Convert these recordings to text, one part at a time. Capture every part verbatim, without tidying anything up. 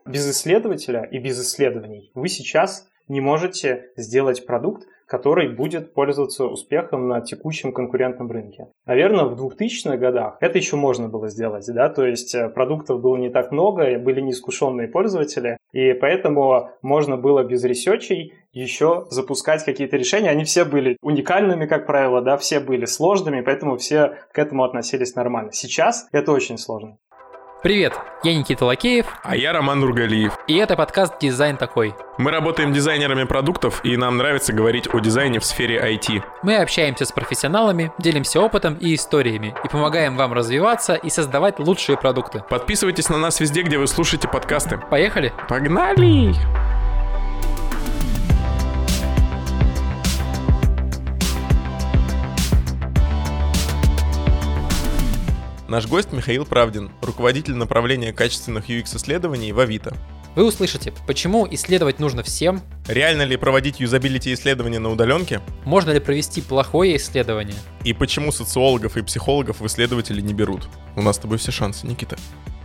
Без исследователя и без исследований вы сейчас не можете сделать продукт, который будет пользоваться успехом на текущем конкурентном рынке. Наверное, в двухтысячных годах это еще можно было сделать, да, то есть продуктов было не так много, были неискушенные пользователи, и поэтому можно было без ресерчей еще запускать какие-то решения. Они все были уникальными, как правило, да, все были сложными, поэтому все к этому относились нормально. Сейчас это очень сложно. Привет, я Никита Лакеев. А я Роман Нургалиев. И это подкаст «Дизайн такой». Мы работаем дизайнерами продуктов, и нам нравится говорить о дизайне в сфере ай ти. Мы общаемся с профессионалами, делимся опытом и историями, и помогаем вам развиваться и создавать лучшие продукты. Подписывайтесь на нас везде, где вы слушаете подкасты. Поехали? Погнали! Наш гость Михаил Правдин, руководитель направления качественных ю экс-исследований в Авито. Вы услышите, почему исследовать нужно всем, реально ли проводить юзабилити-исследования на удаленке, можно ли провести плохое исследование, и почему социологов и психологов в исследователи не берут. У нас с тобой все шансы, Никита.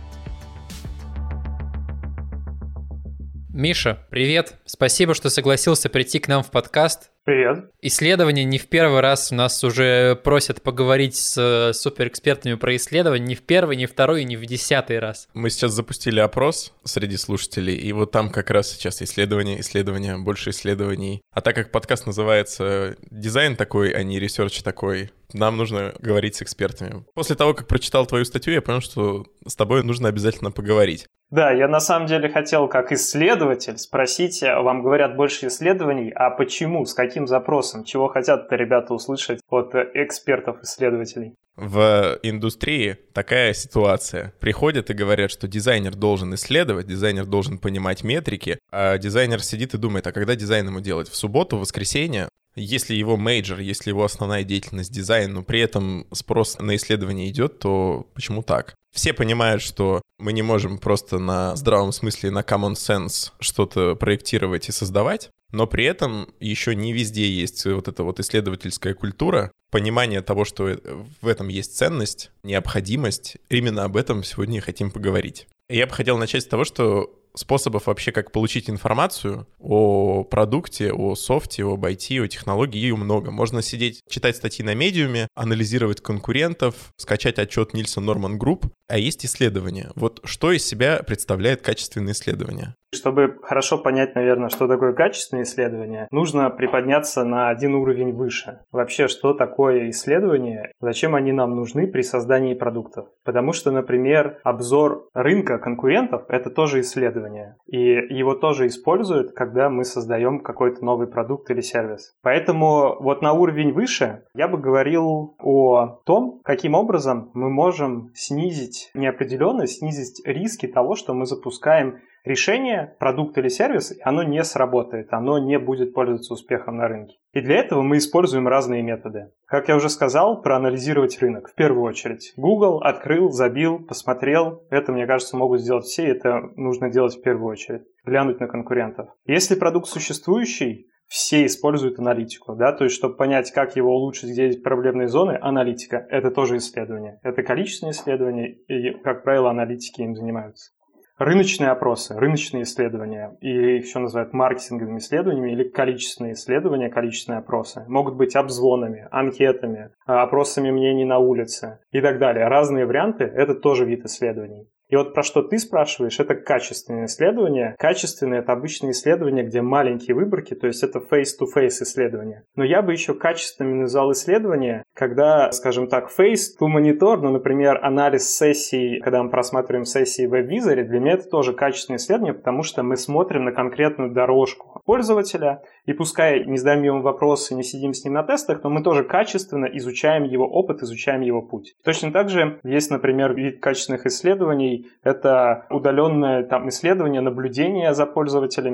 Миша, привет. Спасибо, что согласился прийти к нам в подкаст. Привет. Исследования не в первый раз у нас уже просят поговорить с суперэкспертами про исследования. Не в первый, не второй, не в десятый раз. Мы сейчас запустили опрос среди слушателей, и вот там как раз сейчас исследования, исследования, больше исследований. А так как подкаст называется «Дизайн такой», а не «Ресерч такой», нам нужно говорить с экспертами. После того, как прочитал твою статью, я понял, что с тобой нужно обязательно поговорить. Да, я на самом деле хотел как исследователь спросить, вам говорят больше исследований, а почему, с каким запросом, чего хотят-то ребята услышать от экспертов-исследователей? В индустрии такая ситуация. Приходят и говорят, что дизайнер должен исследовать, дизайнер должен понимать метрики, а дизайнер сидит и думает, а когда дизайн ему делать? В субботу, в воскресенье? Если его мейджор, если его основная деятельность дизайн, но при этом спрос на исследование идет, то почему так? Все понимают, что мы не можем просто на здравом смысле, на common sense что-то проектировать и создавать, но при этом еще не везде есть вот эта вот исследовательская культура, понимание того, что в этом есть ценность, необходимость. Именно об этом сегодня и хотим поговорить. И я бы хотел начать с того, что способов вообще, как получить информацию о продукте, о софте, об ай ти, о технологии, ее много. Можно сидеть, читать статьи на Медиуме, анализировать конкурентов, скачать отчет Нильсон Норман Групп, а есть исследования. Вот что из себя представляет качественное исследование? Чтобы хорошо понять, наверное, что такое качественное исследование, нужно приподняться на один уровень выше. Вообще, что такое исследование, зачем они нам нужны при создании продуктов? Потому что, например, обзор рынка конкурентов – это тоже исследование. И его тоже используют, когда мы создаем какой-то новый продукт или сервис. Поэтому вот на уровень выше я бы говорил о том, каким образом мы можем снизить неопределенность, снизить риски того, что мы запускаем решение, продукт или сервис, и оно не сработает, оно не будет пользоваться успехом на рынке. И для этого мы используем разные методы. Как я уже сказал, проанализировать рынок в первую очередь. Google открыл, забил, посмотрел. Это, мне кажется, могут сделать все, это нужно делать в первую очередь. Глянуть на конкурентов. Если продукт существующий, все используют аналитику, да, то есть, чтобы понять, как его улучшить, где есть проблемные зоны, аналитика – это тоже исследование. Это количественное исследование, и, как правило, аналитики им занимаются. Рыночные опросы, рыночные исследования, и их еще называют маркетинговыми исследованиями или количественные исследования, количественные опросы. Могут быть обзвонами, анкетами, опросами мнений на улице и так далее. Разные варианты – это тоже вид исследований. И вот про что ты спрашиваешь, это качественные исследования. Качественные – это обычные исследования, где маленькие выборки, то есть это face-to-face исследования. Но я бы еще качественными назвал исследования, когда, скажем так, face-to-monitor, ну, например, анализ сессий, когда мы просматриваем сессии в WebVisor, для меня это тоже качественное исследование, потому что мы смотрим на конкретную дорожку пользователя, и пускай не задаем ему вопросы, не сидим с ним на тестах, но мы тоже качественно изучаем его опыт, изучаем его путь. Точно так же есть, например, вид качественных исследований, это удаленное там исследование, наблюдение за пользователями,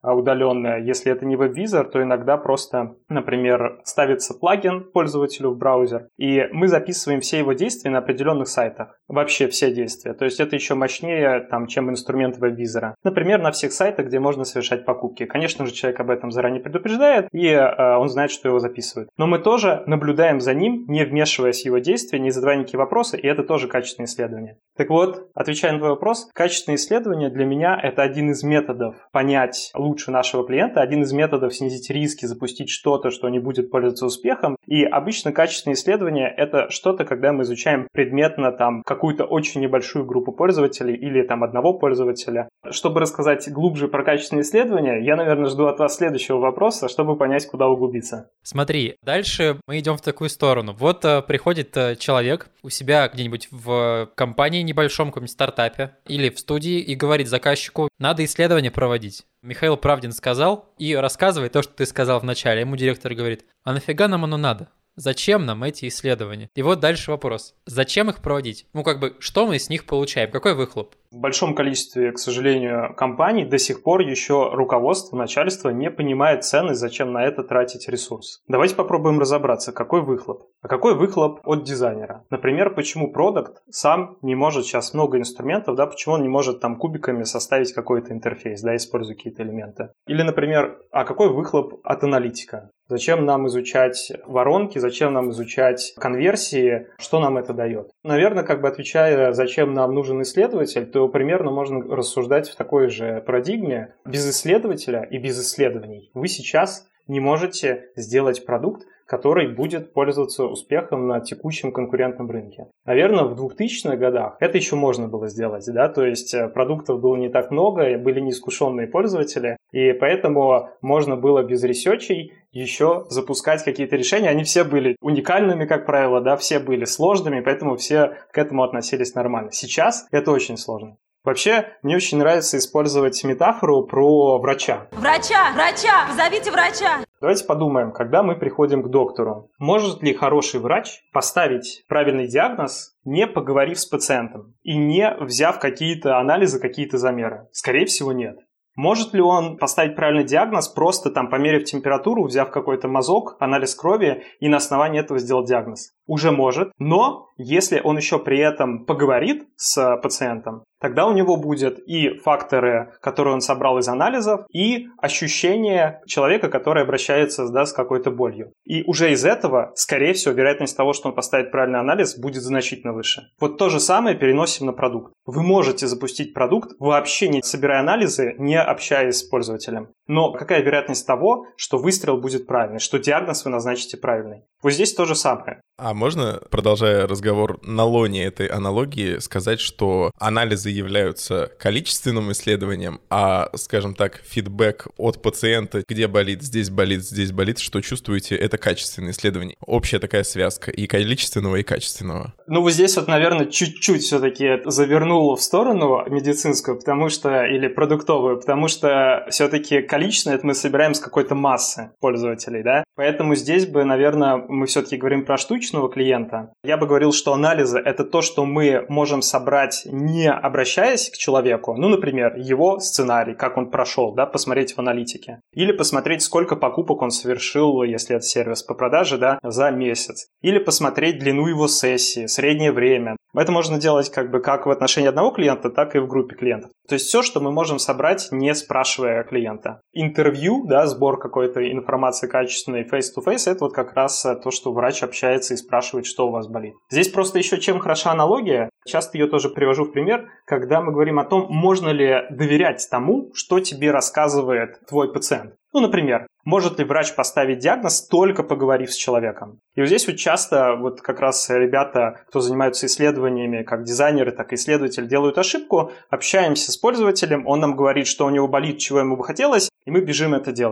удаленное. Если это не веб-визор, то иногда просто, например, ставится плагин пользователю в браузер, и мы записываем все его действия на определенных сайтах. Вообще все действия. То есть это еще мощнее, там, чем инструмент веб-визора. Например, на всех сайтах, где можно совершать покупки. Конечно же, человек об этом заранее предупреждает, и э, он знает, что его записывают. Но мы тоже наблюдаем за ним, не вмешиваясь в его действия, не задавая никакие вопросы, и это тоже качественное исследование. Так вот, отвечая на твой вопрос, качественное исследование для меня это один из методов понять лучше нашего клиента, один из методов снизить риски, запустить что-то, что не будет пользоваться успехом. И обычно качественное исследование это что-то, когда мы изучаем предметно там какую-то очень небольшую группу пользователей или там одного пользователя. Чтобы рассказать глубже про качественное исследование, я, наверное, жду от вас следующего вопроса, чтобы понять, куда углубиться. Смотри, дальше мы идем в такую сторону. Вот э, приходит э, человек у себя где-нибудь в компании небольшом, каком-нибудь стартапе или в студии и говорит заказчику, надо исследование проводить. Михаил Правдин сказал и рассказывает то, что ты сказал вначале. Ему директор говорит, а нафига нам оно надо? Зачем нам эти исследования? И вот дальше вопрос. Зачем их проводить? Ну, как бы, что мы с них получаем? Какой выхлоп? В большом количестве, к сожалению, компаний до сих пор еще руководство, начальство не понимает цены, зачем на это тратить ресурс. Давайте попробуем разобраться, какой выхлоп. А какой выхлоп от дизайнера? Например, почему продакт сам не может, сейчас много инструментов, да, почему он не может там кубиками составить какой-то интерфейс, да, используя какие-то элементы. Или, например, а какой выхлоп от аналитика? Зачем нам изучать воронки, зачем нам изучать конверсии, что нам это дает? Наверное, как бы отвечая, зачем нам нужен исследователь, то примерно можно рассуждать в такой же парадигме. Без исследователя и без исследований вы сейчас не можете сделать продукт, который будет пользоваться успехом на текущем конкурентном рынке. Наверное, в двухтысячных годах это еще можно было сделать, да, то есть продуктов было не так много, были неискушенные пользователи, и поэтому можно было без ресерчей еще запускать какие-то решения. Они все были уникальными, как правило, да, все были сложными, поэтому все к этому относились нормально. Сейчас это очень сложно. Вообще, мне очень нравится использовать метафору про врача. Врача! Врача! Позовите врача! Давайте подумаем, когда мы приходим к доктору, может ли хороший врач поставить правильный диагноз, не поговорив с пациентом и не взяв какие-то анализы, какие-то замеры? Скорее всего, нет. Может ли он поставить правильный диагноз, просто там померив температуру, взяв какой-то мазок, анализ крови и на основании этого сделать диагноз? Уже может, но если он еще при этом поговорит с пациентом, тогда у него будет и факторы, которые он собрал из анализов, и ощущение человека, который обращается, да, с какой-то болью. И уже из этого, скорее всего, вероятность того, что он поставит правильный анализ, будет значительно выше. Вот то же самое переносим на продукт. Вы можете запустить продукт, вообще не собирая анализы, не общаясь с пользователем. Но какая вероятность того, что выстрел будет правильный, что диагноз вы назначите правильный? Вот здесь то же самое. А можно, продолжая разговор на лоне этой аналогии, сказать, что анализы являются количественным исследованием, а, скажем так, фидбэк от пациента, где болит, здесь болит, здесь болит, что чувствуете, это качественное исследование. Общая такая связка и количественного, и качественного. Ну, вот здесь вот, наверное, чуть-чуть все-таки завернуло в сторону медицинскую, потому что, или продуктовую, потому что все-таки количественное это мы собираем с какой-то массы пользователей, да? Поэтому здесь бы, наверное, мы все-таки говорим про штучного клиента. Я бы говорил, что анализы — это то, что мы можем собрать, не обращаясь к человеку. Ну, например, его сценарий, как он прошел, да, посмотреть в аналитике. Или посмотреть, сколько покупок он совершил, если это сервис по продаже, да, за месяц. Или посмотреть длину его сессии, среднее время. Это можно делать как бы как в отношении одного клиента, так и в группе клиентов. То есть все, что мы можем собрать, не спрашивая клиента. Интервью, да, сбор какой-то информации качественной face-to-face, это вот как раз то, что врач общается и спрашивает, что у вас болит. Здесь просто еще чем хороша аналогия, часто ее тоже привожу в пример, когда мы говорим о том, можно ли доверять тому, что тебе рассказывает твой пациент. Ну, например, может ли врач поставить диагноз, только поговорив с человеком? И вот здесь вот часто вот как раз ребята, кто занимаются исследованиями, как дизайнеры, так и исследователи, делают ошибку, общаемся с пользователем, он нам говорит, что у него болит, чего ему бы хотелось, и мы бежим это делать.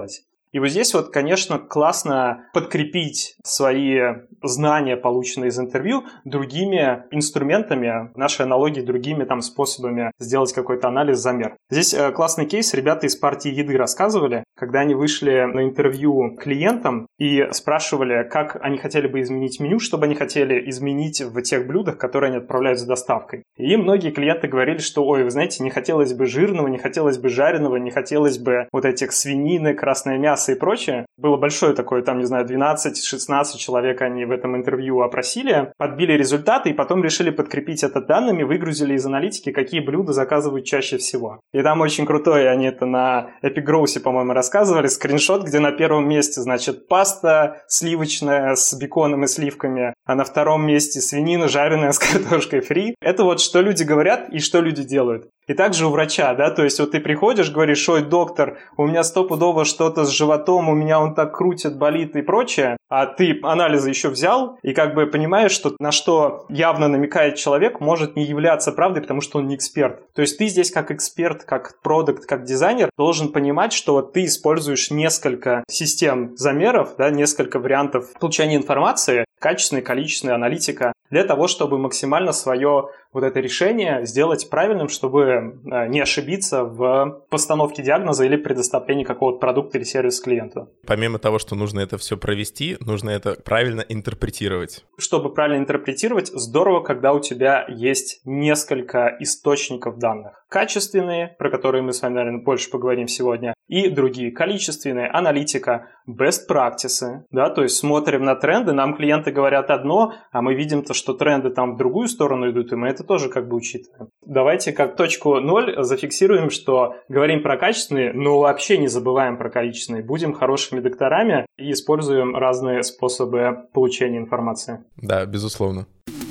И вот здесь вот, конечно, классно подкрепить свои знания, полученные из интервью, другими инструментами, нашей аналогии, другими там способами сделать какой-то анализ, замер. Здесь э, классный кейс, ребята из партии еды рассказывали, когда они вышли на интервью клиентам и спрашивали, как они хотели бы изменить меню, что бы они хотели изменить в тех блюдах, которые они отправляют с доставкой. И многие клиенты говорили, что, ой, вы знаете, не хотелось бы жирного, не хотелось бы жареного, не хотелось бы вот этих свинины, красное мясо и прочее. Было большое такое, там, не знаю, двенадцать-шестнадцать человек они в этом интервью опросили, подбили результаты и потом решили подкрепить это данными, выгрузили из аналитики, какие блюда заказывают чаще всего. И там очень крутой, они это на Эпигроусе, по-моему, рассказывали, скриншот, где на первом месте, значит, паста сливочная с беконом и сливками, а на втором месте свинина жареная с картошкой фри. Это вот что люди говорят и что люди делают. И также у врача, да, то есть вот ты приходишь, говоришь, ой, доктор, у меня стопудово что-то с животом, у меня он так крутит, болит и прочее, а ты анализы еще взял и как бы понимаешь, что на что явно намекает человек, может не являться правдой, потому что он не эксперт. То есть ты здесь как эксперт, как продакт, как дизайнер должен понимать, что вот ты используешь несколько систем замеров, да, несколько вариантов получения информации, качественной, количественной, аналитика, для того, чтобы максимально свое вот это решение сделать правильным, чтобы не ошибиться в постановке диагноза или предоставлении какого-то продукта или сервиса клиенту. Помимо того, что нужно это все провести, нужно это правильно интерпретировать. Чтобы правильно интерпретировать, здорово, когда у тебя есть несколько источников данных. Качественные, про которые мы с вами, наверное, больше поговорим сегодня, и другие. Количественные, аналитика, best practices, да, то есть смотрим на тренды, нам клиенты говорят одно, а мы видим то, что тренды там в другую сторону идут, и мы это тоже как бы учитываем. Давайте как точку ноль зафиксируем, что говорим про качественные, но вообще не забываем про количественные. Будем хорошими докторами и используем разные способы получения информации. Да, безусловно.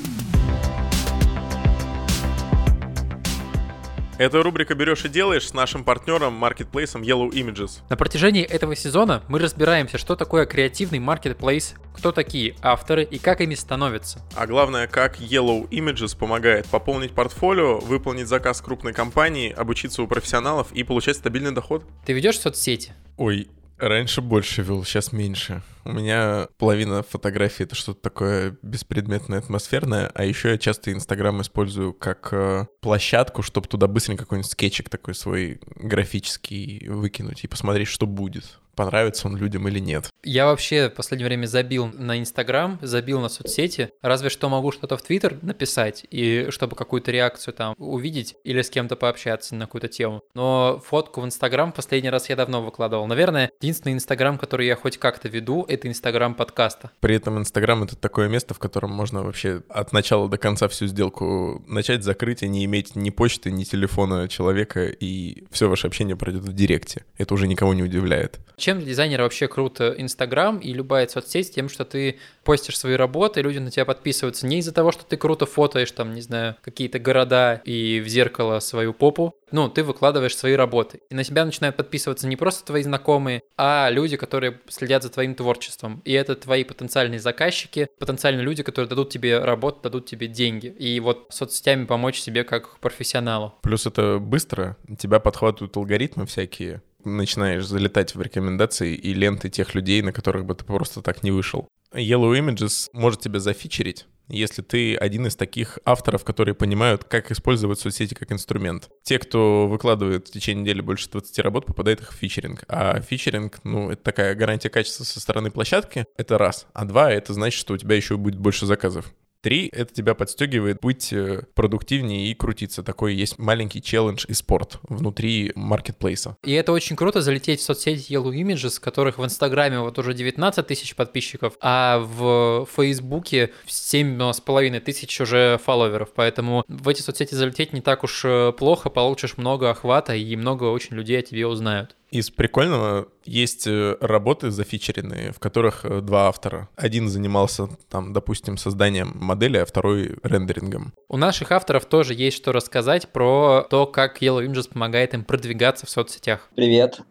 Это рубрика «Берешь и делаешь» с нашим партнером, маркетплейсом Yellow Images. На протяжении этого сезона мы разбираемся, что такое креативный маркетплейс, кто такие авторы и как ими становятся. А главное, как Yellow Images помогает пополнить портфолио, выполнить заказ крупной компании, обучиться у профессионалов и получать стабильный доход. Ты ведешь соцсети? Ой, раньше больше вел, сейчас меньше. У меня половина фотографий — это что-то такое беспредметное, атмосферное, а еще я часто Инстаграм использую как э, площадку, чтобы туда быстренько какой-нибудь скетчик такой свой графический выкинуть и посмотреть, что будет. Понравится он людям или нет. Я вообще в последнее время забил на Инстаграм, забил на соцсети. Разве что могу что-то в Твиттер написать, и чтобы какую-то реакцию там увидеть или с кем-то пообщаться на какую-то тему. Но фотку в Инстаграм последний раз я давно выкладывал. Наверное, единственный Инстаграм, который я хоть как-то веду, это Инстаграм подкаста. При этом Инстаграм — это такое место, в котором можно вообще от начала до конца всю сделку начать, закрыть, и не иметь ни почты, ни телефона человека, и все ваше общение пройдет в директе. Это уже никого не удивляет. Чем для дизайнера вообще круто Инстаграм и любая соцсеть? Тем, что ты постишь свои работы, люди на тебя подписываются не из-за того, что ты круто фотоешь, там, не знаю, какие-то города и в зеркало свою попу. Ну, ты выкладываешь свои работы. И на тебя начинают подписываться не просто твои знакомые, а люди, которые следят за твоим творчеством. И это твои потенциальные заказчики, потенциальные люди, которые дадут тебе работу, дадут тебе деньги. И вот соцсетями помочь себе как профессионалу. Плюс это быстро, тебя подхватывают алгоритмы всякие. Начинаешь залетать в рекомендации и ленты тех людей, на которых бы ты просто так не вышел. Yellow Images может тебя зафичерить, если ты один из таких авторов, которые понимают, как использовать соцсети как инструмент. Те, кто выкладывает в течение недели больше двадцати работ, попадает их в фичеринг. А фичеринг, ну, это такая гарантия качества со стороны площадки, это раз. А два, это значит, что у тебя еще будет больше заказов. Три — это тебя подстегивает быть продуктивнее и крутиться. Такой есть маленький челлендж и спорт внутри маркетплейса. И это очень круто — залететь в соцсети Yellow Images, которых в Инстаграме вот уже девятнадцать тысяч подписчиков, а в Фейсбуке семь с половиной тысяч уже фолловеров. Поэтому в эти соцсети залететь не так уж плохо, получишь много охвата и много очень людей о тебе узнают. Из прикольного есть работы зафичеренные, в которых два автора. Один занимался, там, допустим, созданием модели, а второй рендерингом. У наших авторов тоже есть что рассказать про то, как Yellow Images помогает им продвигаться в соцсетях. Привет,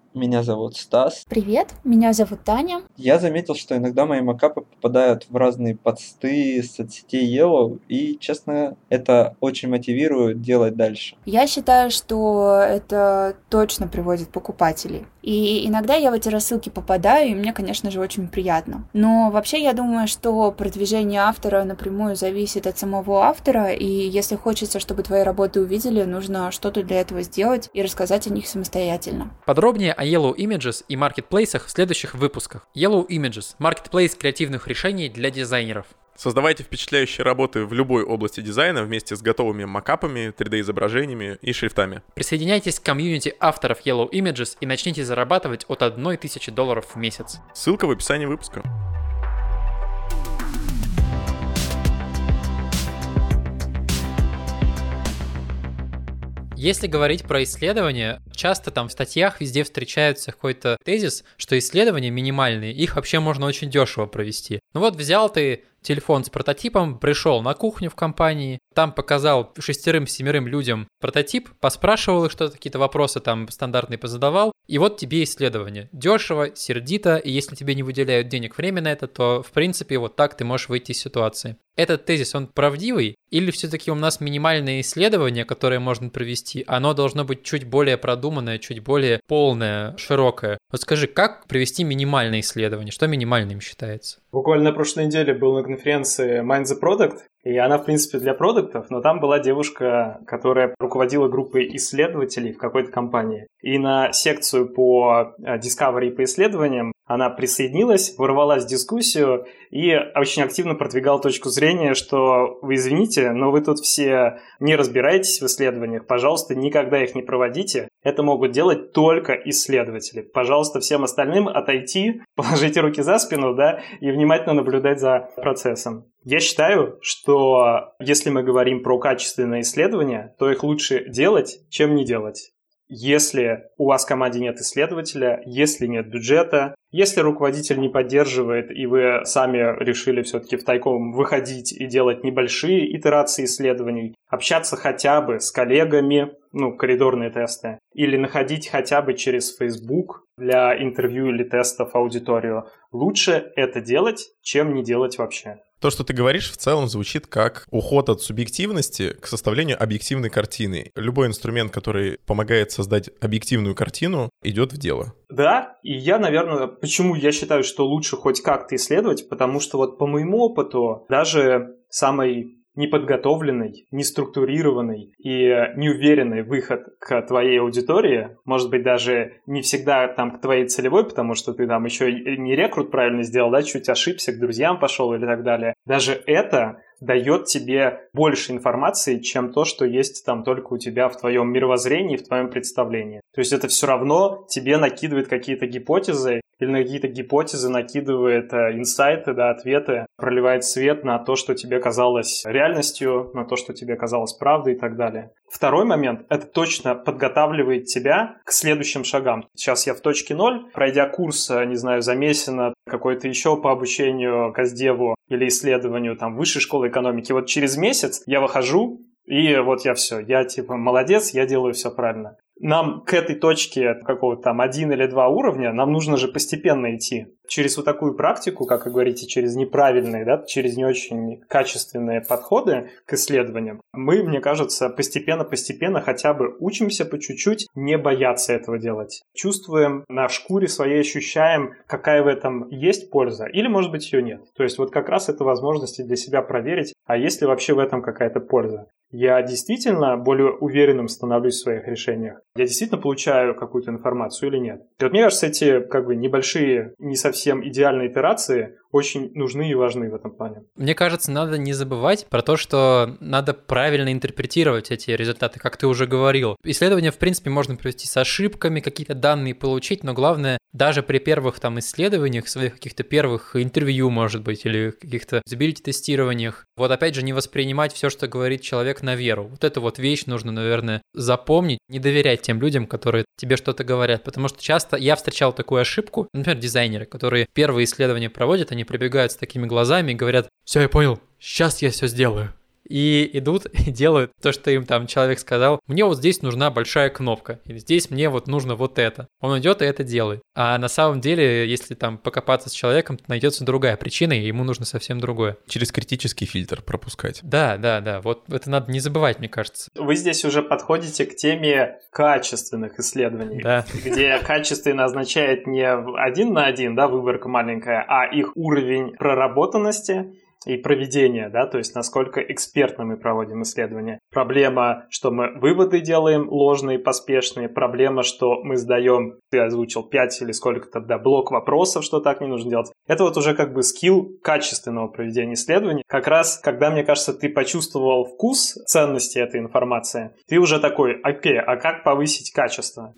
Меня зовут Стас. Привет, меня зовут Таня. Я заметил, что иногда мои мокапы попадают в разные подсты соцсетей Yellow, и, честно, это очень мотивирует делать дальше. Я считаю, что это точно приводит покупателей. И иногда я в эти рассылки попадаю, и мне, конечно же, очень приятно. Но вообще я думаю, что продвижение автора напрямую зависит от самого автора, и если хочется, чтобы твои работы увидели, нужно что-то для этого сделать и рассказать о них самостоятельно. Подробнее о Yellow Images и маркетплейсах в следующих выпусках. Yellow Images – маркетплейс креативных решений для дизайнеров. Создавайте впечатляющие работы в любой области дизайна вместе с готовыми макапами, три дэ-изображениями и шрифтами. Присоединяйтесь к комьюнити авторов Yellow Images и начните зарабатывать от одной тысячи долларов в месяц. Ссылка в описании выпуска. Если говорить про исследования, часто там в статьях везде встречается какой-то тезис, что исследования минимальные, их вообще можно очень дешево провести. Ну вот взял ты телефон с прототипом, пришел на кухню в компании, там показал шестерым-семерым людям прототип, поспрашивал их что-то, какие-то вопросы там стандартные позадавал, и вот тебе исследование. Дешево, сердито, и если тебе не выделяют денег, время на это, то в принципе вот так ты можешь выйти из ситуации. Этот тезис, он правдивый? Или все-таки у нас минимальное исследование, которое можно провести, оно должно быть чуть более продуманное, чуть более полное, широкое? Вот скажи, как провести минимальное исследование? Что минимальным считается? Буквально на прошлой неделе был на конференции Mind the Product, и она, в принципе, для продуктов, но там была девушка, которая руководила группой исследователей в какой-то компании. И на секцию по Discovery по исследованиям она присоединилась, ворвалась в дискуссию и очень активно продвигала точку зрения, что вы извините, но вы тут все не разбираетесь в исследованиях, пожалуйста, никогда их не проводите. Это могут делать только исследователи. Пожалуйста, всем остальным отойти, положите руки за спину, да, и внимательно наблюдать за процессом. Я считаю, что если мы говорим про качественные исследования, то их лучше делать, чем не делать. Если у вас в команде нет исследователя, если нет бюджета, если руководитель не поддерживает, и вы сами решили все-таки втайком выходить и делать небольшие итерации исследований, общаться хотя бы с коллегами, ну, коридорные тесты, или находить хотя бы через Facebook для интервью или тестов аудиторию, лучше это делать, чем не делать вообще. То, что ты говоришь, в целом звучит как уход от субъективности к составлению объективной картины. Любой инструмент, который помогает создать объективную картину, идет в дело. Да, и я, наверное, почему я считаю, что лучше хоть как-то исследовать, потому что вот по моему опыту даже самый неподготовленный, неструктурированный и неуверенный выход к твоей аудитории, может быть, даже не всегда там к твоей целевой, потому что ты там еще не рекрут правильно сделал, да, чуть ошибся, к друзьям пошел или так далее. Даже это дает тебе больше информации, чем то, что есть там только у тебя в твоем мировоззрении, в твоем представлении. То есть это все равно тебе накидывает какие-то гипотезы, или на какие-то гипотезы накидывает э, инсайты, да, ответы, проливает свет на то, что тебе казалось реальностью, на то, что тебе казалось правдой и так далее. Второй момент – это точно подготавливает тебя к следующим шагам. Сейчас я в точке ноль, пройдя курс, не знаю, замесина, какой-то еще по обучению Каздеву или исследованию там высшей школы экономики, вот через месяц я выхожу, и вот я все, я типа молодец, я делаю все правильно. Нам к этой точке какого-то там один или два уровня, нам нужно же постепенно идти. Через вот такую практику, как вы говорите, через неправильные, да, через не очень качественные подходы к исследованиям, мы, мне кажется, постепенно-постепенно хотя бы учимся по чуть-чуть не бояться этого делать. Чувствуем, на шкуре своей ощущаем, какая в этом есть польза, или, может быть, ее нет. То есть вот как раз это возможность для себя проверить, а есть ли вообще в этом какая-то польза. Я действительно более уверенным становлюсь в своих решениях. Я действительно получаю какую-то информацию или нет. И вот мне кажется, эти как бы небольшие, не совсем идеальные итерации очень нужны и важны в этом плане. Мне кажется, надо не забывать про то, что надо правильно интерпретировать эти результаты, как ты уже говорил. Исследования, в принципе, можно провести с ошибками, какие-то данные получить, но главное, даже при первых там исследованиях, своих каких-то первых интервью, может быть, или каких-то юзабилити-тестированиях, вот опять же не воспринимать все, что говорит человек, на веру. Вот эту вот вещь нужно, наверное, запомнить, не доверять тем людям, которые тебе что-то говорят, потому что часто я встречал такую ошибку, например, дизайнеры, которые первые исследования проводят, они прибегают с такими глазами и говорят: «Все, я понял, сейчас я все сделаю». и идут и делают то, что им там человек сказал. Мне вот здесь нужна большая кнопка, или здесь мне вот нужно вот это. Он идет и это делает. А на самом деле, если там покопаться с человеком, то найдется другая причина, и ему нужно совсем другое. Через критический фильтр пропускать. Да, да, да. Вот это надо не забывать, мне кажется. Вы здесь уже подходите к теме качественных исследований, да. где качественно означает не один на один, да, выборка маленькая, а их уровень проработанности и проведения, да, то есть насколько экспертно мы проводим исследования. Проблема, что мы выводы делаем ложные, поспешные. Проблема, что мы сдаем, ты озвучил пять или сколько-то, да, блок вопросов, что так не нужно делать. Это вот уже как бы скилл качественного проведения исследований. Как раз, когда, мне кажется, ты почувствовал вкус ценности этой информации, ты уже такой, окей, а как повысить качество?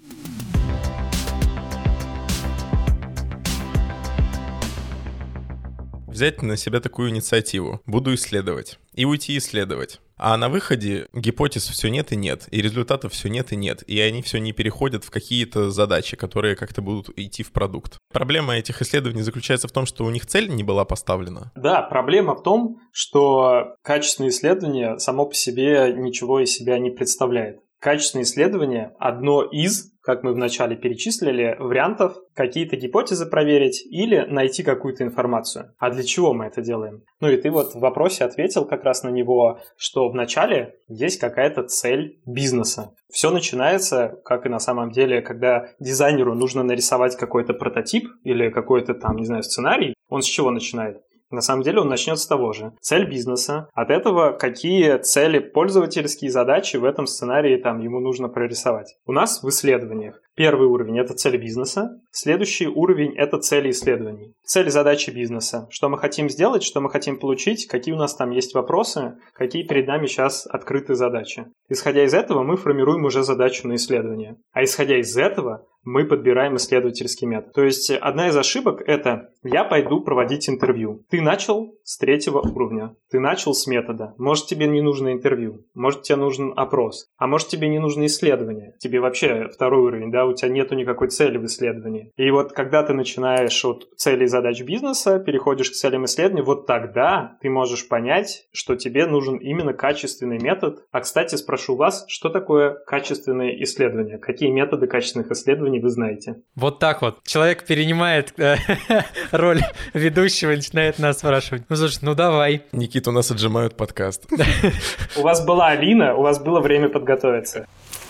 Взять на себя такую инициативу. Буду исследовать. И уйти исследовать. А на выходе гипотез все нет и нет, и результатов все нет и нет, и они все не переходят в какие-то задачи, которые как-то будут идти в продукт. Проблема этих исследований заключается в том, что у них цель не была поставлена. Да, проблема в том, что качественное исследование само по себе ничего из себя не представляет. Качественное исследование – одно из, как мы вначале перечислили, вариантов какие-то гипотезы проверить или найти какую-то информацию. А для чего мы это делаем? Ну и ты вот в вопросе ответил как раз на него, что вначале есть какая-то цель бизнеса. Все начинается, как и на самом деле, когда дизайнеру нужно нарисовать какой-то прототип или какой-то там, не знаю, сценарий. Он с чего начинает? На самом деле он начнет с того же. Цель бизнеса. От этого какие цели, пользовательские задачи в этом сценарии там ему нужно прорисовать. У нас в исследованиях первый уровень – это цель бизнеса. Следующий уровень – это цели исследований. Цели, задачи бизнеса. Что мы хотим сделать, что мы хотим получить, какие у нас там есть вопросы, какие перед нами сейчас открыты задачи. Исходя из этого мы формируем уже задачу на исследование. А исходя из этого мы подбираем исследовательский метод. То есть одна из ошибок – это я пойду проводить интервью. Ты начал с третьего уровня, ты начал с метода. Может, тебе не нужно интервью, может, тебе нужен опрос, а может, тебе не нужно исследование. Тебе вообще второй уровень, да, у тебя нету никакой цели в исследовании. И вот когда ты начинаешь от целей и задач бизнеса, переходишь к целям исследования, вот тогда ты можешь понять, что тебе нужен именно качественный метод. А, кстати, спрошу вас, что такое качественное исследование? Какие методы качественных исследований вы знаете? Вот так вот. Человек перенимает э, роль ведущего и начинает нас спрашивать. Ну, слушай, ну давай. Никита, у нас отжимают подкаст. У вас была Алина, у вас было время подготовиться.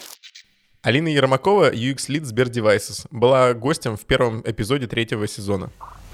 Алина Ермакова, ю экс-лид Сбер Devices, была гостем в первом эпизоде третьего сезона.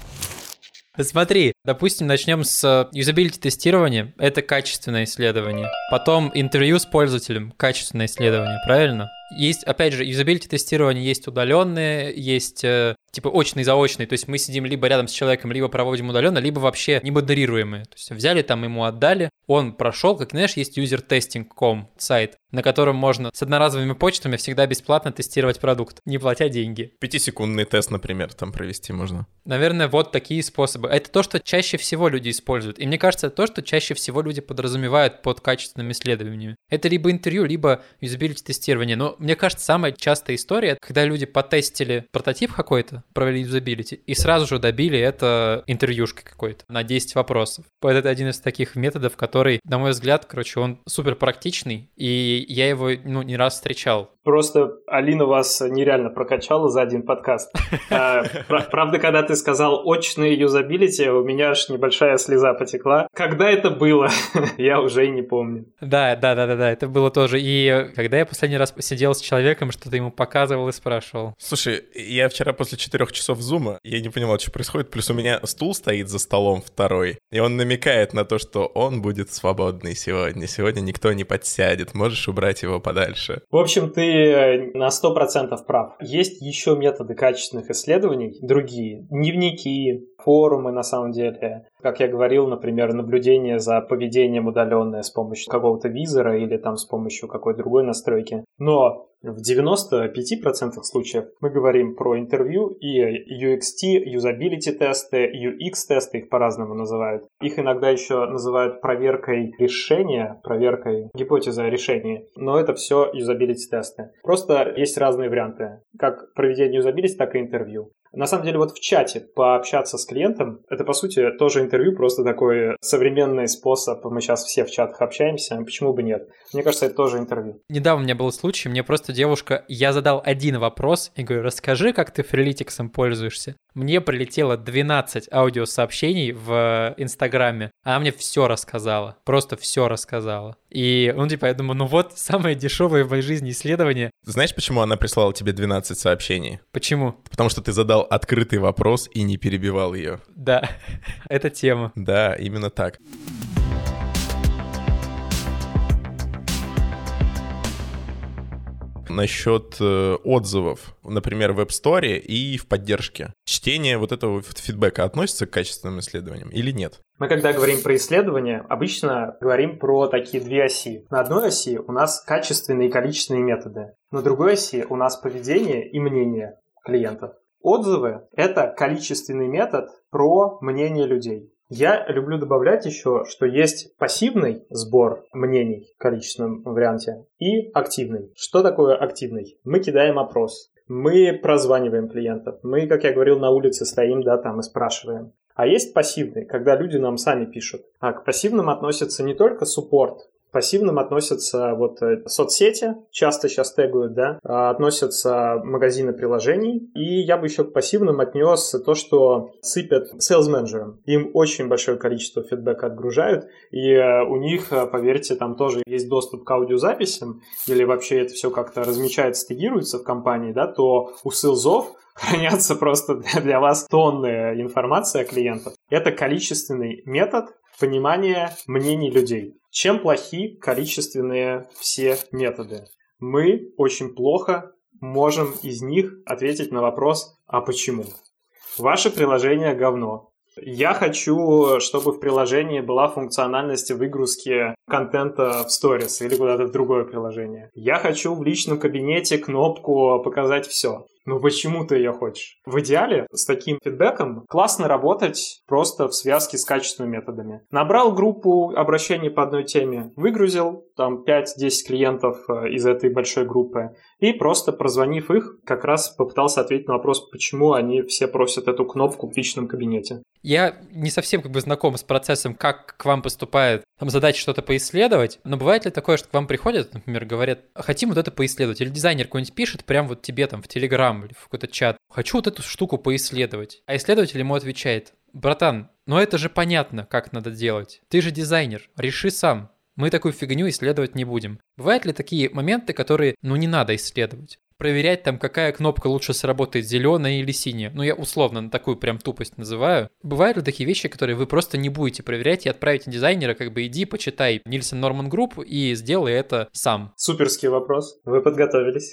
Смотри, допустим, начнем с юзабилити-тестирования. Это качественное исследование. Потом интервью с пользователем. Качественное исследование, правильно? Есть, опять же, юзабилити-тестирование есть удаленные, есть э, типа очные и заочные. То есть мы сидим либо рядом с человеком, либо проводим удаленно, либо вообще не модерируемые. То есть взяли там, ему отдали, он прошел, как знаешь, есть юзертестинг точка ком сайт, на котором можно с одноразовыми почтами всегда бесплатно тестировать продукт, не платя деньги. Пятисекундный тест, например, там провести можно. Наверное, вот такие способы. Это то, что чаще всего люди используют. И мне кажется, то, что чаще всего люди подразумевают под качественными исследованиями. Это либо интервью, либо юзабилити-тестирование. Но мне кажется, самая частая история, когда люди потестили прототип какой-то, провели юзабилити, и сразу же добили это интервьюшкой какой-то на десять вопросов. Это один из таких методов, который, на мой взгляд, короче, он супер практичный, и я его, ну, не раз встречал. Просто Алина вас нереально прокачала за один подкаст. Правда, когда ты сказал очные юзабилити, у меня аж небольшая слеза потекла. Когда это было, я уже и не помню. Да, да, да, да, да, это было тоже. И когда я последний раз сидел с человеком, что-то ему показывал и спрашивал. Слушай, я вчера после четырех часов зума, я не понимал, что происходит, плюс у меня стул стоит за столом второй, и он намекает на то, что он будет свободный сегодня. Сегодня никто не подсядет, можешь убрать его подальше. В общем, ты на сто процентов прав. Есть еще методы качественных исследований, другие. Дневники, форумы на самом деле. Как я говорил, например, наблюдение за поведением удаленное с помощью какого-то визора или там с помощью какой-то другой настройки. Но в девяноста пяти процентах случаев мы говорим про интервью и ю экс ти, юзабилити тесты, ю экс тесты, их по-разному называют. Их иногда еще называют проверкой решения, проверкой гипотезы о решении. Но это все юзабилити тесты. Просто есть разные варианты. Как проведение юзабилити, так и интервью. На самом деле вот в чате пообщаться с клиентом, это по сути тоже интервью, просто такой современный способ. Мы сейчас все в чатах общаемся, почему бы нет? Мне кажется, это тоже интервью. Недавно у меня был случай, мне просто девушка, я задал один вопрос и говорю, расскажи, как ты фрилитиксом пользуешься. Мне прилетело двенадцать аудиосообщений в Инстаграме, она мне все рассказала, просто все рассказала. И, ну, типа, я думаю, ну вот, самое дешевое в моей жизни исследование. Знаешь, почему она прислала тебе двенадцать сообщений? Почему? Потому что ты задал открытый вопрос и не перебивал ее. Да, это тема. Да, именно так. Насчет э, отзывов, например, в App Store и в поддержке. Чтение вот этого фидбэка относится к качественным исследованиям или нет? Мы, когда говорим про исследования, обычно говорим про такие две оси. На одной оси у нас качественные и количественные методы. На другой оси у нас поведение и мнение клиентов. Отзывы – это количественный метод про мнение людей. Я люблю добавлять еще, что есть пассивный сбор мнений в количественном варианте и активный. Что такое активный? Мы кидаем опрос, мы прозваниваем клиентов, мы, как я говорил, на улице стоим, да, там и спрашиваем. А есть пассивный, когда люди нам сами пишут. А к пассивным относится не только суппорт, к пассивным относятся вот соцсети, часто сейчас тегают, да, относятся магазины приложений. И я бы еще к пассивным отнес то, что сыпят сейлс-менеджерам. Им очень большое количество фидбэка отгружают, и у них, поверьте, там тоже есть доступ к аудиозаписям, или вообще это все как-то размечается, тегируется в компании, да, то у сейлзов хранятся просто для вас тонны информации о клиентах. Это количественный метод понимания мнений людей. Чем плохи количественные все методы? Мы очень плохо можем из них ответить на вопрос «а почему?». Ваше приложение говно. Я хочу, чтобы в приложении была функциональность выгрузки контента в сторис или куда-то в другое приложение. Я хочу в личном кабинете кнопку «Показать все». Ну почему ты ее хочешь? В идеале с таким фидбэком классно работать просто в связке с качественными методами. Набрал группу обращений по одной теме, выгрузил там пять-десять клиентов из этой большой группы и просто прозвонив их, как раз попытался ответить на вопрос, почему они все просят эту кнопку в личном кабинете. Я не совсем как бы знаком с процессом, как к вам поступает там задача что-то поисследовать, но бывает ли такое, что к вам приходят, например, говорят, хотим вот это поисследовать, или дизайнер какой-нибудь пишет прям вот тебе там в Телеграм или в какой-то чат, хочу вот эту штуку поисследовать, а исследователь ему отвечает, братан, ну это же понятно, как надо делать, ты же дизайнер, реши сам, мы такую фигню исследовать не будем. Бывают ли такие моменты, которые, ну не надо исследовать? Проверять там, какая кнопка лучше сработает, зеленая или синяя. Ну, я условно на такую прям тупость называю. Бывают ли такие вещи, которые вы просто не будете проверять и отправите дизайнера, как бы иди, почитай Нильсон Норман Групп и сделай это сам? Суперский вопрос. Вы подготовились.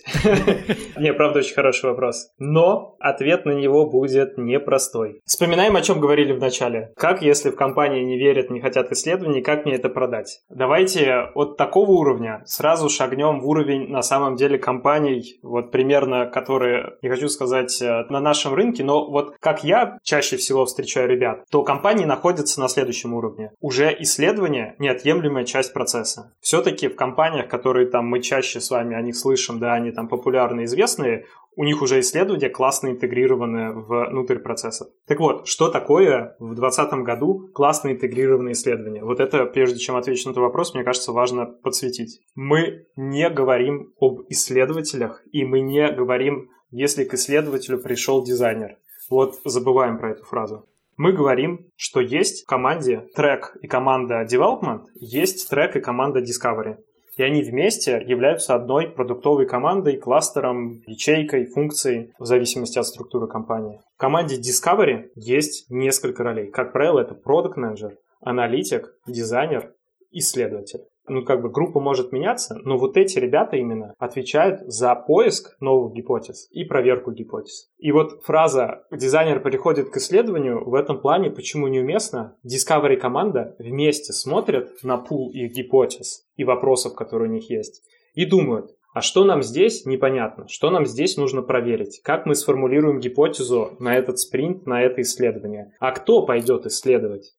Не, правда, очень хороший вопрос. Но ответ на него будет непростой. Вспоминаем, о чем говорили в начале. Как, если в компании не верят, не хотят исследований, как мне это продать? Давайте от такого уровня сразу шагнем в уровень, на самом деле, компаний, вот примерно, которые, не хочу сказать, на нашем рынке, но вот как я чаще всего встречаю ребят, то компании находятся на следующем уровне. Уже исследование – неотъемлемая часть процесса. Все-таки в компаниях, которые там мы чаще с вами о них слышим, да, они там популярны, известные, у них уже исследования классно интегрированы внутрь процессов. Так вот, что такое в двадцатом году классно интегрированные исследования? Вот это, прежде чем ответить на этот вопрос, мне кажется, важно подсветить. Мы не говорим об исследователях, и мы не говорим, если к исследователю пришел дизайнер. Вот забываем про эту фразу. Мы говорим, что есть в команде трек и команда Development, есть трек и команда Discovery. И они вместе являются одной продуктовой командой, кластером, ячейкой, функцией, в зависимости от структуры компании. В команде Discovery есть несколько ролей. Как правило, это Product Manager, аналитик, дизайнер, исследователь. Ну, как бы группа может меняться, но вот эти ребята именно отвечают за поиск новых гипотез и проверку гипотез. И вот фраза «дизайнер переходит к исследованию» в этом плане почему неуместна? Discovery команда вместе смотрят на пул их гипотез и вопросов, которые у них есть, и думают, а что нам здесь непонятно, что нам здесь нужно проверить, как мы сформулируем гипотезу на этот спринт, на это исследование, а кто пойдет исследовать?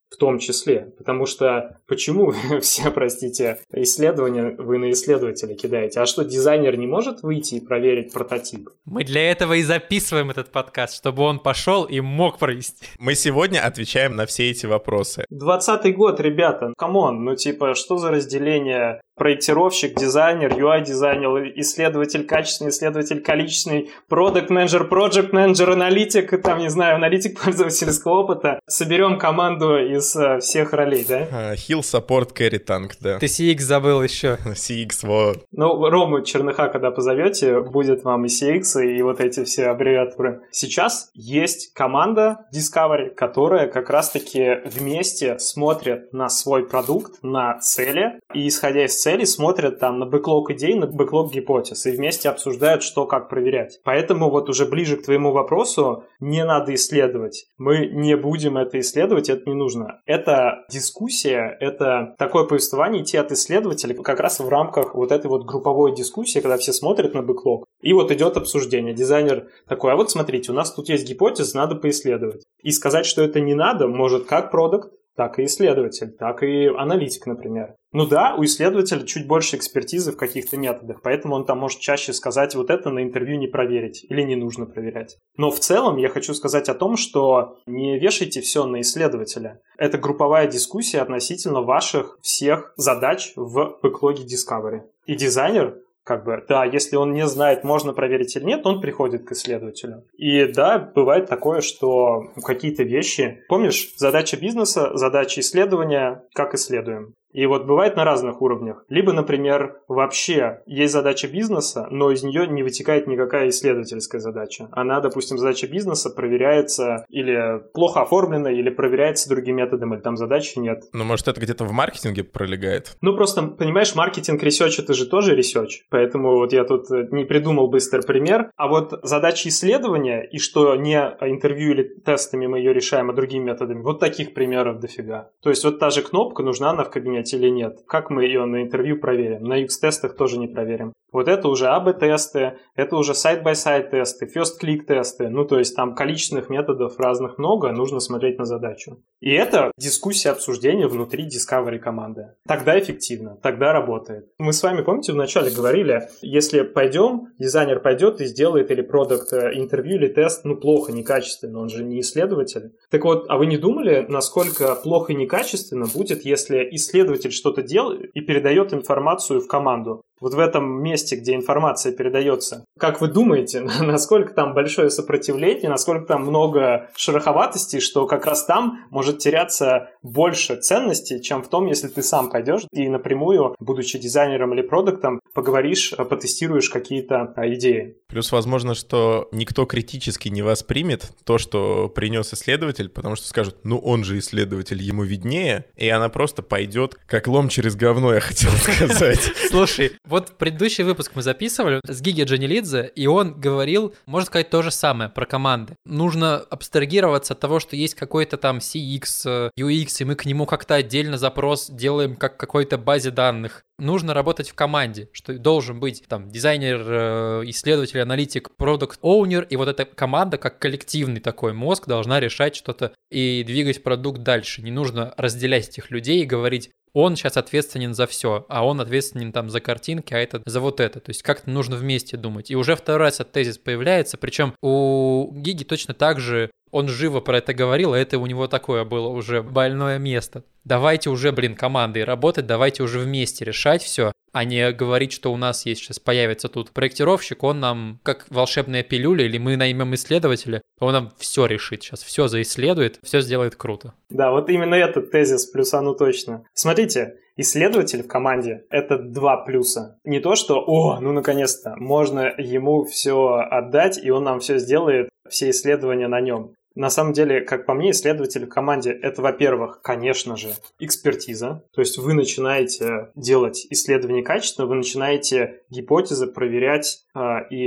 в том числе. Потому что почему все, простите, исследования вы на исследователя кидаете? А что, дизайнер не может выйти и проверить прототип? Мы для этого и записываем этот подкаст, чтобы он пошел и мог провести. Мы сегодня отвечаем на все эти вопросы. двадцатый год, ребята, камон, ну типа, что за разделение? Проектировщик, дизайнер, ю ай-дизайнер, исследователь качественный, исследователь количественный, продакт-менеджер, проджект-менеджер, аналитик, там, не знаю, аналитик пользовательского опыта. Соберем команду из uh, всех ролей, да? Uh, Heal, Support, Carry, Tank, да. Ты си икс забыл еще. си икс, вот. Ну, Рому Черныха, когда позовете, будет вам и си икс, и вот эти все аббревиатуры. Сейчас есть команда Discovery, которая как раз-таки вместе смотрит на свой продукт, на цели, и исходя из цели смотрят там на бэклог идей, на бэклог гипотез и вместе обсуждают, что как проверять. Поэтому вот уже ближе к твоему вопросу не надо исследовать. Мы не будем это исследовать, это не нужно. Это дискуссия, это такое повествование идти от исследователя как раз в рамках вот этой вот групповой дискуссии, когда все смотрят на бэклог. И вот идет обсуждение. Дизайнер такой, а вот смотрите, у нас тут есть гипотеза, надо поисследовать. И сказать, что это не надо, может как продакт, так и исследователь, так и аналитик, например. Ну да, у исследователя чуть больше экспертизы в каких-то методах, поэтому он там может чаще сказать, вот это на интервью не проверить или не нужно проверять. Но в целом я хочу сказать о том, что не вешайте все на исследователя. Это групповая дискуссия относительно ваших всех задач в бэклоге Discovery. И дизайнер, как бы, да, если он не знает, можно проверить или нет, он приходит к исследователю. И да, бывает такое, что какие-то вещи... Помнишь, задача бизнеса, задача исследования, как исследуем? И вот бывает на разных уровнях. Либо, например, вообще есть задача бизнеса, но из нее не вытекает никакая исследовательская задача. Она, допустим, задача бизнеса проверяется или плохо оформлена, или проверяется другим методом, или там задачи нет. Ну, может, это где-то в маркетинге пролегает? Ну, просто, понимаешь, маркетинг, ресерч — это же тоже ресерч. Поэтому вот я тут не придумал быстрый пример. А вот задача исследования, и что не интервью или тестами мы ее решаем, а другими методами, вот таких примеров дофига. То есть вот та же кнопка, нужна она в кабинете или нет. Как мы ее на интервью проверим? На ю экс-тестах тоже не проверим. Вот это уже эй би-тесты, это уже сайд-бай-сайд тесты, first-click тесты. Ну, то есть там количественных методов разных много, нужно смотреть на задачу. И это дискуссия, обсуждение внутри Discovery команды. Тогда эффективно, тогда работает. Мы с вами, помните, вначале говорили, если пойдем, дизайнер пойдет и сделает или продакт интервью, или тест, ну, плохо, некачественно, он же не исследователь. Так вот, а вы не думали, насколько плохо и некачественно будет, если исследователь что-то делает и передает информацию в команду? Вот в этом месте, где информация передается. Как вы думаете, насколько там большое сопротивление, насколько там много шероховатостей, что как раз там может теряться больше ценностей, чем в том, если ты сам пойдешь и напрямую, будучи дизайнером или продуктом, поговоришь, потестируешь какие-то идеи. Плюс, возможно, что никто критически не воспримет то, что принес исследователь, потому что скажут, ну он же исследователь, ему виднее, и она просто пойдет как лом через говно, я хотел сказать. Слушай, вот предыдущий выпуск мы записывали с Гиги Джанилидзе, и он говорил, можно сказать, то же самое про команды. Нужно абстрагироваться от того, что есть какой-то там си икс, ю экс, и мы к нему как-то отдельно запрос делаем как к какой-то базе данных. Нужно работать в команде, что должен быть там дизайнер, исследователь, аналитик, продакт-оунер, и вот эта команда как коллективный такой мозг должна решать что-то и двигать продукт дальше. Не нужно разделять этих людей и говорить, он сейчас ответственен за все, а он ответственен там за картинки, а этот за вот это. То есть как-то нужно вместе думать. И уже второй раз этот тезис появляется, причем у Гиги точно так же, он живо про это говорил, а это у него такое было уже больное место. Давайте уже, блин, командой работать, давайте уже вместе решать все, а не говорить, что у нас есть сейчас появится тут проектировщик, он нам как волшебная пилюля, или мы наймем исследователя, он нам все решит сейчас, все заисследует, все сделает круто. Да, вот именно этот тезис плюсану точно. Смотрите, исследователь в команде — это два плюса. Не то, что, о, ну наконец-то, можно ему все отдать, и он нам все сделает, все исследования на нем. На самом деле, как по мне, исследователь в команде — это, во-первых, конечно же, экспертиза. То есть вы начинаете делать исследования качественно, вы начинаете гипотезы проверять э, и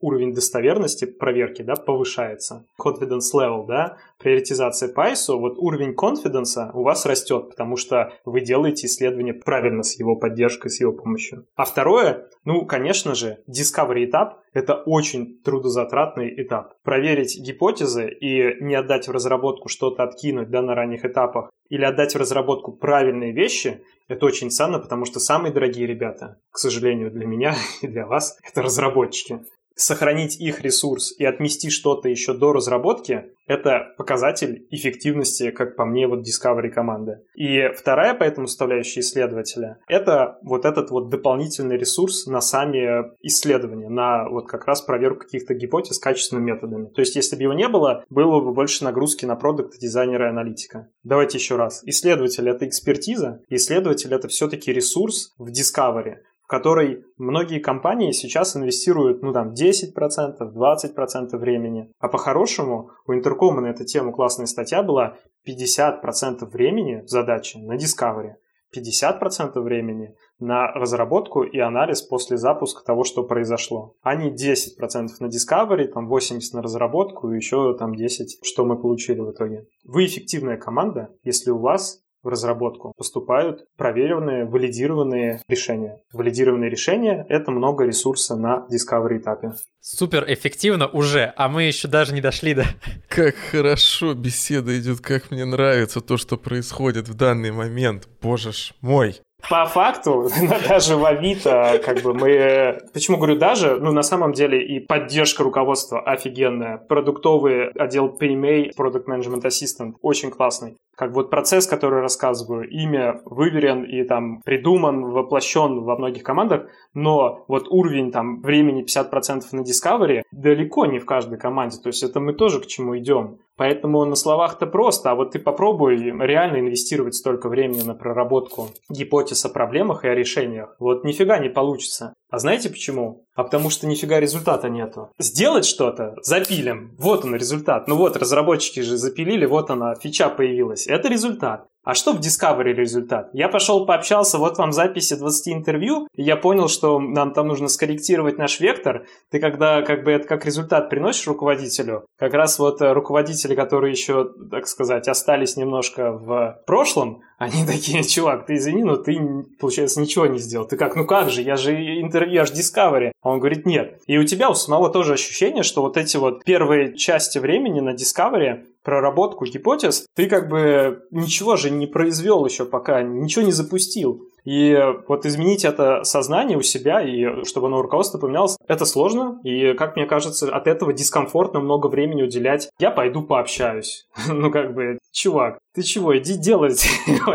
уровень достоверности проверки, да, повышается. Confidence level, да, приоритизация по ай эс о, вот уровень confidence у вас растет, потому что вы делаете исследование правильно с его поддержкой, с его помощью. А второе, ну, конечно же, discovery этап – это очень трудозатратный этап. Проверить гипотезы и не отдать в разработку, что-то откинуть, да, на ранних этапах, или отдать в разработку правильные вещи – это очень ценно, потому что самые дорогие ребята, к сожалению, для меня и для вас, это разработчики. Сохранить их ресурс и отмести что-то еще до разработки – это показатель эффективности, как по мне, вот Discovery команды. И вторая поэтому составляющая исследователя – это вот этот вот дополнительный ресурс на сами исследования, на вот как раз проверку каких-то гипотез качественными методами. То есть, если бы его не было, было бы больше нагрузки на продукт дизайнера и аналитика. Давайте еще раз. Исследователь – это экспертиза, исследователь – это все-таки ресурс в Discovery, в который многие компании сейчас инвестируют, ну там, десять процентов, двадцать процентов времени. А по-хорошему, у Интеркома на эту тему классная статья была: пятьдесят процентов времени задачи на Discovery, пятьдесят процентов времени на разработку и анализ после запуска того, что произошло. А не десять процентов на Discovery, там восемьдесят процентов на разработку и еще там десять процентов, что мы получили в итоге. Вы эффективная команда, если у вас в разработку поступают проверенные, валидированные решения. Валидированные решения – это много ресурса на discovery этапе. Супер эффективно уже, а мы еще даже не дошли до... Как хорошо беседа идет, как мне нравится то, что происходит в данный момент. Боже ж мой. По факту, даже в Авито, как бы мы... Почему говорю даже? Ну, на самом деле и поддержка руководства офигенная. Продуктовый отдел пи эм эй, Product Management Assistant, очень классный. Как вот процесс, который рассказываю, имя выверен и там придуман, воплощен во многих командах, но вот уровень там времени пятьдесят процентов на Discovery далеко не в каждой команде. То есть это мы тоже к чему идем. Поэтому на словах-то просто, а вот ты попробуй реально инвестировать столько времени на проработку гипотез о проблемах и о решениях. Вот нифига не получится. А знаете почему? А потому что нифига результата нету. Сделать что-то, запилим, вот он результат. Ну вот, разработчики же запилили, вот она, фича появилась. Это результат. А что в Discovery результат? Я пошел пообщался, вот вам записи двадцати интервью, и я понял, что нам там нужно скорректировать наш вектор. Ты когда как бы это как результат приносишь руководителю, как раз вот руководители, которые еще, так сказать, остались немножко в прошлом, они такие: чувак, ты извини, но ты, получается, ничего не сделал. Ты как, ну как же, я же интервью, я же Discovery. А он говорит: нет. И у тебя у самого тоже ощущение, что вот эти вот первые части времени на Discovery, проработку гипотез, ты как бы ничего же не произвел еще пока, ничего не запустил. И вот изменить это сознание у себя, и чтобы оно руководство поменялось, это сложно. И, как мне кажется, от этого дискомфортно много времени уделять. Я пойду пообщаюсь. Ну, как бы, чувак, ты чего, иди делать.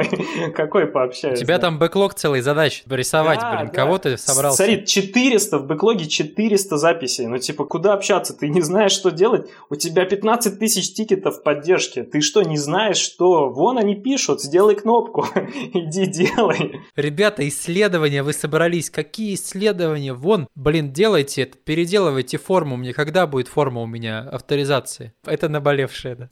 Какой пообщаюсь? У тебя там бэклог целый задач рисовать, блин. Кого ты собрался? Смотри, четыреста, в бэклоге четыреста записей. Ну, типа, куда общаться? Ты не знаешь, что делать? У тебя пятнадцать тысяч тикетов поддержки. Ты что, не знаешь, что? Вон они пишут, сделай кнопку. Иди делай. Ребята, исследования, вы собрались. Какие исследования? Вон, блин, делайте это, переделывайте форму. Мне когда будет форма у меня авторизации? Это наболевшее, да.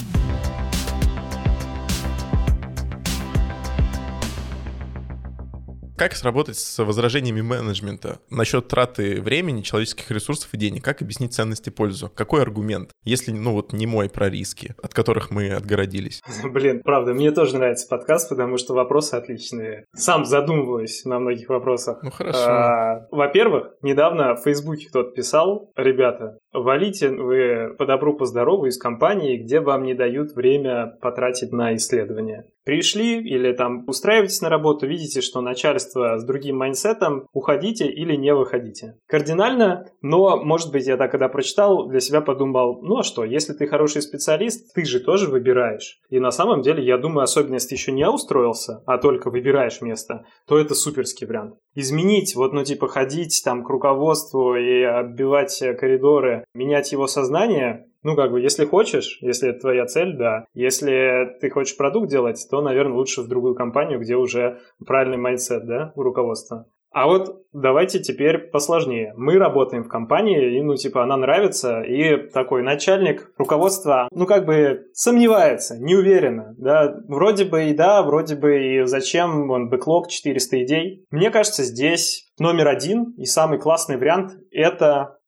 Как сработать с возражениями менеджмента насчет траты времени, человеческих ресурсов и денег? Как объяснить ценность и пользу? Какой аргумент? Если, ну вот, не мой про риски, от которых мы отгородились. Блин, правда, мне тоже нравится подкаст, потому что вопросы отличные. Сам задумываюсь на многих вопросах. Ну хорошо. А, во-первых, недавно в Фейсбуке кто-то писал: ребята, валите вы по добру, по здорову из компании, где вам не дают время потратить на исследования. Пришли или там устраиваетесь на работу, видите, что начальство с другим майндсетом, уходите или не выходите. Кардинально, но, может быть, я так, когда прочитал, для себя подумал: ну а что, если ты хороший специалист, ты же тоже выбираешь. И на самом деле, я думаю, особенно если ты еще не устроился, а только выбираешь место, то это суперский вариант. Изменить, вот, ну типа ходить там к руководству и оббивать коридоры, менять его сознание. Ну, как бы, если хочешь, если это твоя цель, да. Если ты хочешь продукт делать, то, наверное, лучше в другую компанию, где уже правильный майндсет, да, у руководства. А вот давайте теперь посложнее. Мы работаем в компании, и, ну, типа, она нравится, и такой начальник руководства, ну, как бы сомневается, не уверенно, да. Вроде бы и да, вроде бы и зачем, вон, бэклог, четыреста идей. Мне кажется, здесь номер один и самый классный вариант – это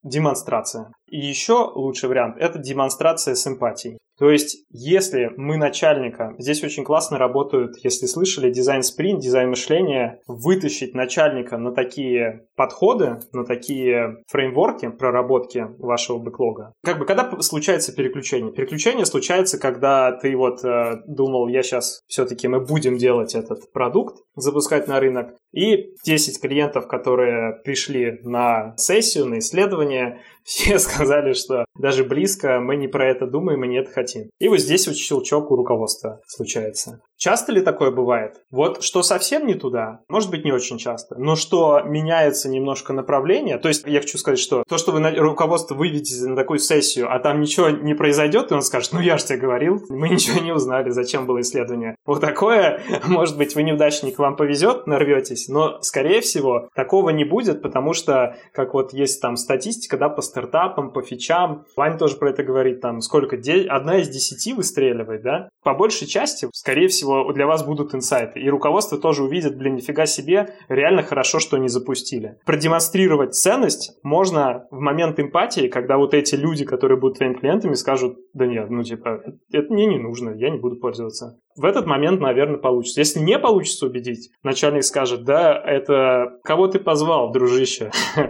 демонстрация. И еще лучший вариант – это демонстрация с эмпатией. То есть, если мы начальника, здесь очень классно работают, если слышали, дизайн-спринт, дизайн-мышление, вытащить начальника на такие подходы, на такие фреймворки проработки вашего бэклога. Как бы, когда случается переключение? Переключение случается, когда ты вот э, думал, я сейчас все-таки мы будем делать этот продукт, запускать на рынок, и десять клиентов, которые пришли на сессию, на исследование, все сказали, что даже близко мы не про это думаем и не это хотим. И вот здесь вот щелчок у руководства случается. Часто ли такое бывает? Вот что совсем не туда, может быть, не очень часто, но что меняется немножко направление, то есть я хочу сказать, что то, что вы на руководство выведете на такую сессию, а там ничего не произойдет, и он скажет, ну я же тебе говорил, мы ничего не узнали, зачем было исследование. Вот такое, может быть, вы неудачник, вам повезет, нарветесь, но, скорее всего, такого не будет, потому что, как вот есть там статистика, да, по стартапам, по фичам, Ваня тоже про это говорит, там, сколько, одна из десяти выстреливает, да, по большей части, скорее всего, для вас будут инсайты. И руководство тоже увидит, блин, нифига себе, реально хорошо, что не запустили. Продемонстрировать ценность можно в момент эмпатии, когда вот эти люди, которые будут твоими клиентами, скажут, да нет, ну типа, это мне не нужно, я не буду пользоваться. В этот момент, наверное, получится. Если не получится убедить, начальник скажет, да, это кого ты позвал, дружище?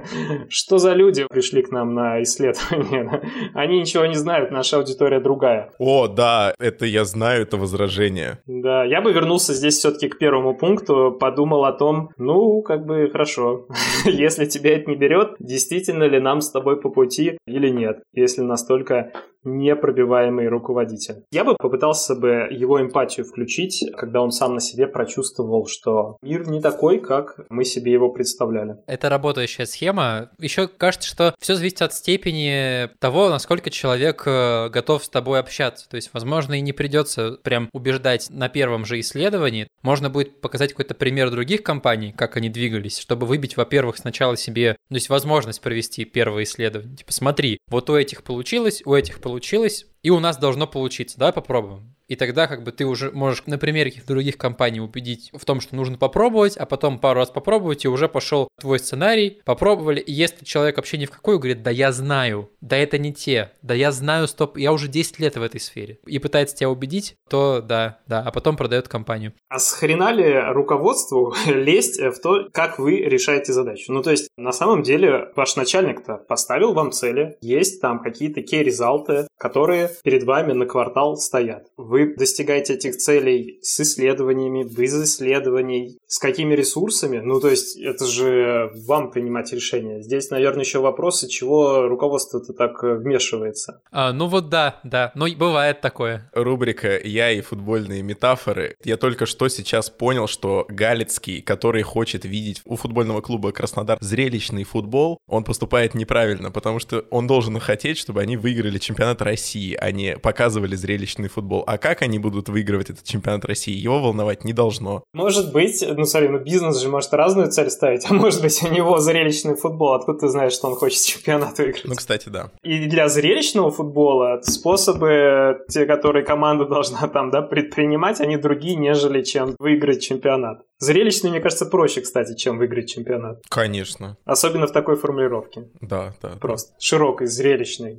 Что за люди пришли к нам на исследование? Они ничего не знают, наша аудитория другая. О, да, это я знаю, это возражение. Да, я бы вернулся здесь все-таки к первому пункту, подумал о том, ну, как бы, хорошо, если тебя это не берет, действительно ли нам с тобой по пути или нет, если настолько непробиваемый руководитель. Я бы попытался бы его эмпатию включить, когда он сам на себе прочувствовал, что мир не такой, как мы себе его представляли. Это работающая схема. Еще кажется, что все зависит от степени того, насколько человек готов с тобой общаться. То есть, возможно, и не придется прям убеждать на первом же исследовании. Можно будет показать какой-то пример других компаний, как они двигались, чтобы выбить, во-первых, сначала себе, то есть возможность провести первое исследование. Типа, смотри, вот у этих получилось, у этих получилось, получилось, и у нас должно получиться. Давай попробуем. И тогда как бы ты уже можешь на примере каких-то других компаний убедить в том, что нужно попробовать, а потом пару раз попробовать, и уже пошел твой сценарий, попробовали, и если человек вообще ни в какую говорит, да я знаю, да это не те, да я знаю, стоп, я уже десять лет в этой сфере, и пытается тебя убедить, то да, да, а потом продает компанию. А с хрена ли руководству лезть в то, как вы решаете задачу? Ну, то есть, на самом деле, ваш начальник-то поставил вам цели, есть там какие-то key-резалты, которые перед вами на квартал стоят. Вы достигаете этих целей с исследованиями, без исследований, с какими ресурсами? Ну, то есть, это же вам принимать решение. Здесь, наверное, еще вопросы, чего руководство-то так вмешивается. А, ну вот да, да, ну бывает такое. Рубрика «Я и футбольные метафоры». Я только что сейчас понял, что Галицкий, который хочет видеть у футбольного клуба Краснодар зрелищный футбол, он поступает неправильно, потому что он должен хотеть, чтобы они выиграли чемпионат России, а не показывали зрелищный футбол. А как они будут выигрывать этот чемпионат России, его волновать не должно. Может быть, ну смотри, ну бизнес же может разную цель ставить, а может быть у него зрелищный футбол, откуда ты знаешь, что он хочет чемпионат выиграть? Ну, кстати, да. И для зрелищного футбола способы, те, которые команда должна там, да, предпринимать, они другие, нежели чем выиграть чемпионат. Зрелищный, мне кажется, проще, кстати, чем выиграть чемпионат. Конечно. Особенно в такой формулировке. Да, да. Просто да. Широкой, зрелищной.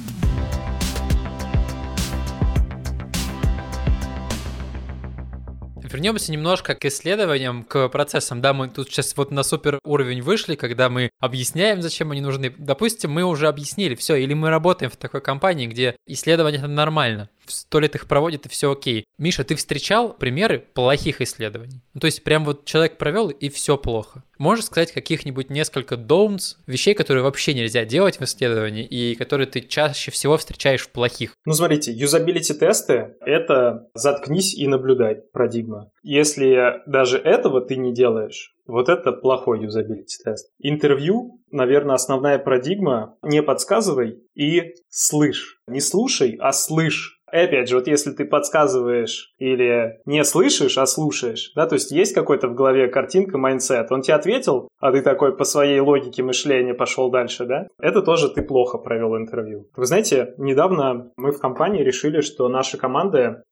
Вернемся немножко к исследованиям, к процессам. Да, мы тут сейчас вот на супер уровень вышли, когда мы объясняем, зачем они нужны. Допустим, мы уже объяснили все, или мы работаем в такой компании, где исследования это нормально. Сто лет их проводит, и все окей. Миша, ты встречал примеры плохих исследований? Ну, то есть прям вот человек провел, и все плохо. Можешь сказать каких-нибудь несколько don'ts, вещей, которые вообще нельзя делать в исследовании, и которые ты чаще всего встречаешь в плохих? Ну, смотрите, юзабилити-тесты — это заткнись и наблюдай парадигма. Если даже этого ты не делаешь, вот это плохой юзабилити-тест. Интервью, наверное, основная парадигма — не подсказывай и слышь. Не слушай, а слышь. И опять же, вот если ты подсказываешь или не слышишь, а слушаешь, да, то есть есть какой-то в голове картинка, майндсет, он тебе ответил, а ты такой по своей логике мышления пошел дальше, да, это тоже ты плохо провел интервью. Вы знаете, недавно мы в компании решили, что наши команды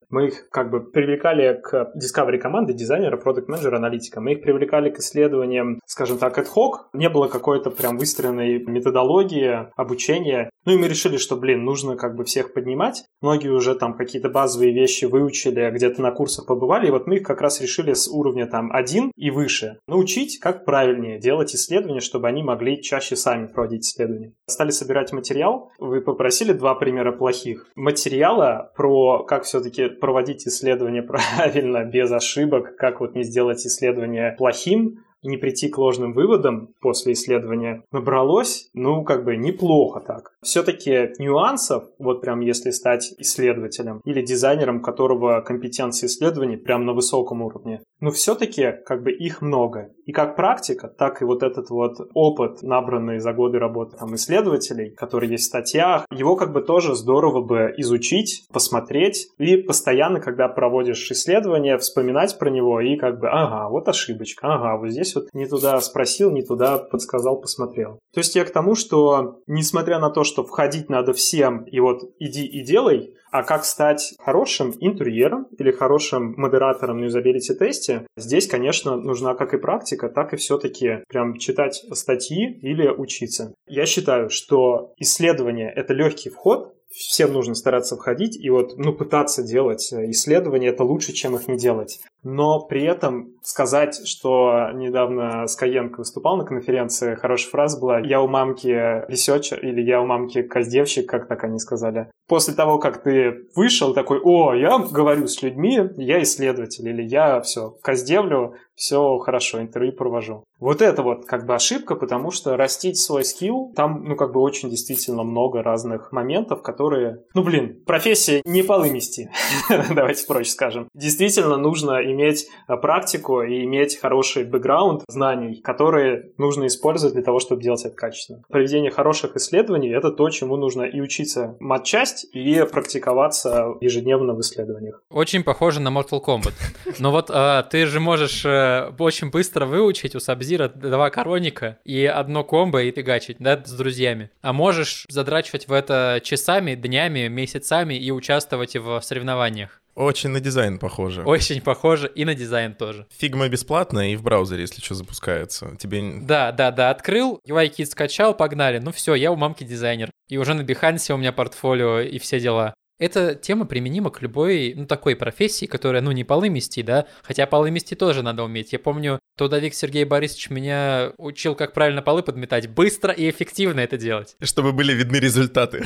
Мы их как бы привлекали к discovery команды дизайнера, продакт-менеджера, аналитика. Мы их привлекали к исследованиям, скажем так, ad-hoc. Не было какой-то прям выстроенной методологии обучения. Ну и мы решили, что, блин, нужно как бы всех поднимать. Многие уже там какие-то базовые вещи выучили, где-то на курсах побывали. И вот мы их как раз решили с уровня там один и выше научить, как правильнее делать исследования, чтобы они могли чаще сами проводить исследования. Стали собирать материал. Вы попросили два примера плохих. Материала про как все-таки проводить исследования правильно, без ошибок, как вот не сделать исследование плохим, и не прийти к ложным выводам после исследования, набралось, ну, как бы неплохо так. Все-таки нюансов, вот прям если стать исследователем или дизайнером, у которого компетенции исследований прям на высоком уровне, но все-таки как бы их много. И как практика, так и вот этот вот опыт, набранный за годы работы там исследователей, который есть в статьях, его как бы тоже здорово бы изучить, посмотреть и постоянно, когда проводишь исследование, вспоминать про него и как бы, ага, вот ошибочка, ага, вот здесь вот не туда спросил, не туда подсказал, посмотрел. То есть я к тому, что несмотря на то, что входить надо всем и вот иди и делай, а как стать хорошим интерьером или хорошим модератором на юзабилити-тесте, здесь, конечно, нужна как и практика, так и все-таки прям читать статьи или учиться. Я считаю, что исследование — это легкий вход, всем нужно стараться входить и вот, ну, пытаться делать исследования, это лучше, чем их не делать. Но при этом сказать, что недавно Скаенко выступал на конференции, хорошая фраза была «я у мамки ресерчер» или «я у мамки каздевщик», как так они сказали. После того, как ты вышел такой «о, я говорю с людьми, я исследователь» или «я все каздевлю, все хорошо, интервью провожу». Вот это вот как бы ошибка, потому что растить свой скилл, там, ну, как бы очень действительно много разных моментов, которые, ну, блин, профессия не полы мести, давайте проще скажем. Действительно нужно иметь практику и иметь хороший бэкграунд знаний, которые нужно использовать для того, чтобы делать это качественно. Проведение хороших исследований — это то, чему нужно и учиться матчасть, и практиковаться ежедневно в исследованиях. Очень похоже на Mortal Kombat. Но вот а, ты же можешь а, очень быстро выучить у Сабзира два короника и одно комбо и фигачить, да, с друзьями. А можешь задрачивать в это часами, днями, месяцами и участвовать в соревнованиях. Очень на дизайн похоже. Очень похоже и на дизайн тоже. Фигма бесплатная и в браузере, если что, запускается. Тебе... Да, да, да, открыл, ю ай-кит скачал, погнали. Ну все, я у мамки дизайнер. И уже на Behance у меня портфолио и все дела. Эта тема применима к любой, ну, такой профессии, которая, ну, не полы мести, да, хотя полы мести тоже надо уметь. Я помню, трудовик Сергей Борисович меня учил, как правильно полы подметать, быстро и эффективно это делать. Чтобы были видны результаты.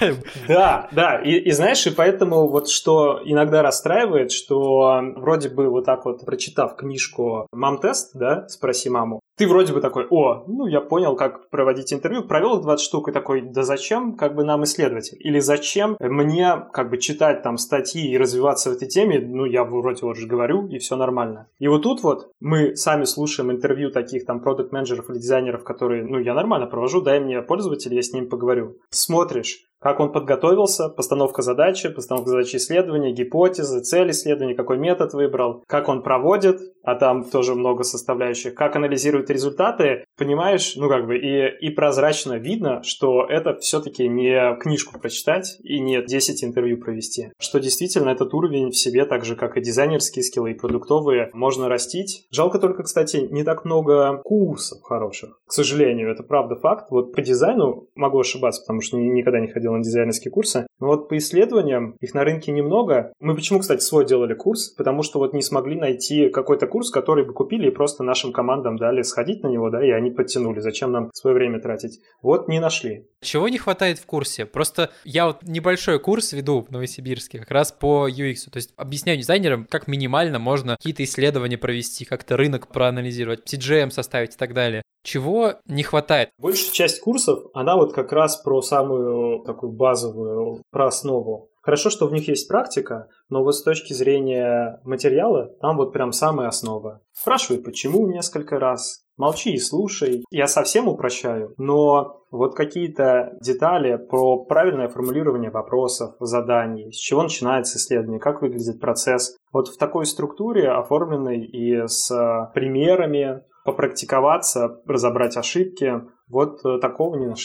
Да, да, и, и знаешь, и поэтому вот что иногда расстраивает, что вроде бы вот так вот, прочитав книжку «Мам-тест», да, «Спроси маму», ты вроде бы такой, о, ну я понял, как проводить интервью, провел двадцать штук и такой, да зачем как бы нам исследователь? Или зачем мне как бы читать там статьи и развиваться в этой теме? Ну я вроде вот же говорю, и все нормально. И вот тут вот мы сами слушаем интервью таких там продакт-менеджеров или дизайнеров, которые, ну я нормально провожу, дай мне пользователя, я с ним поговорю. Смотришь, как он подготовился, постановка задачи, постановка задачи исследования, гипотезы, цель исследования, какой метод выбрал, как он проводит, а там тоже много составляющих, как анализирует результаты, понимаешь, ну как бы и, и прозрачно видно, что это все-таки не книжку прочитать и не десять интервью провести, что действительно этот уровень в себе, так же как и дизайнерские скиллы, и продуктовые, можно растить. Жалко только, кстати, не так много курсов хороших, к сожалению, это правда факт. Вот по дизайну могу ошибаться, потому что никогда не ходил на дизайнерские курсы. Но вот по исследованиям их на рынке немного. Мы почему, кстати, свой делали курс? Потому что вот не смогли найти какой-то курс, который бы купили и просто нашим командам дали сходить на него, да, и они подтянули. Зачем нам свое время тратить? Вот не нашли. Чего не хватает в курсе? Просто я вот небольшой курс веду в Новосибирске как раз по ю экс. То есть объясняю дизайнерам, как минимально можно какие-то исследования провести, как-то рынок проанализировать, си джи эм составить и так далее. Чего не хватает? Большая часть курсов, она вот как раз про самую такую базовую, про основу. Хорошо, что в них есть практика, но вот с точки зрения материала, там вот прям самая основа. Спрашивай, почему несколько раз. Молчи и слушай. Я совсем упрощаю, но вот какие-то детали про правильное формулирование вопросов, заданий, с чего начинается исследование, как выглядит процесс. Вот в такой структуре, оформленной и с примерами, попрактиковаться, разобрать ошибки, вот такого не нашли.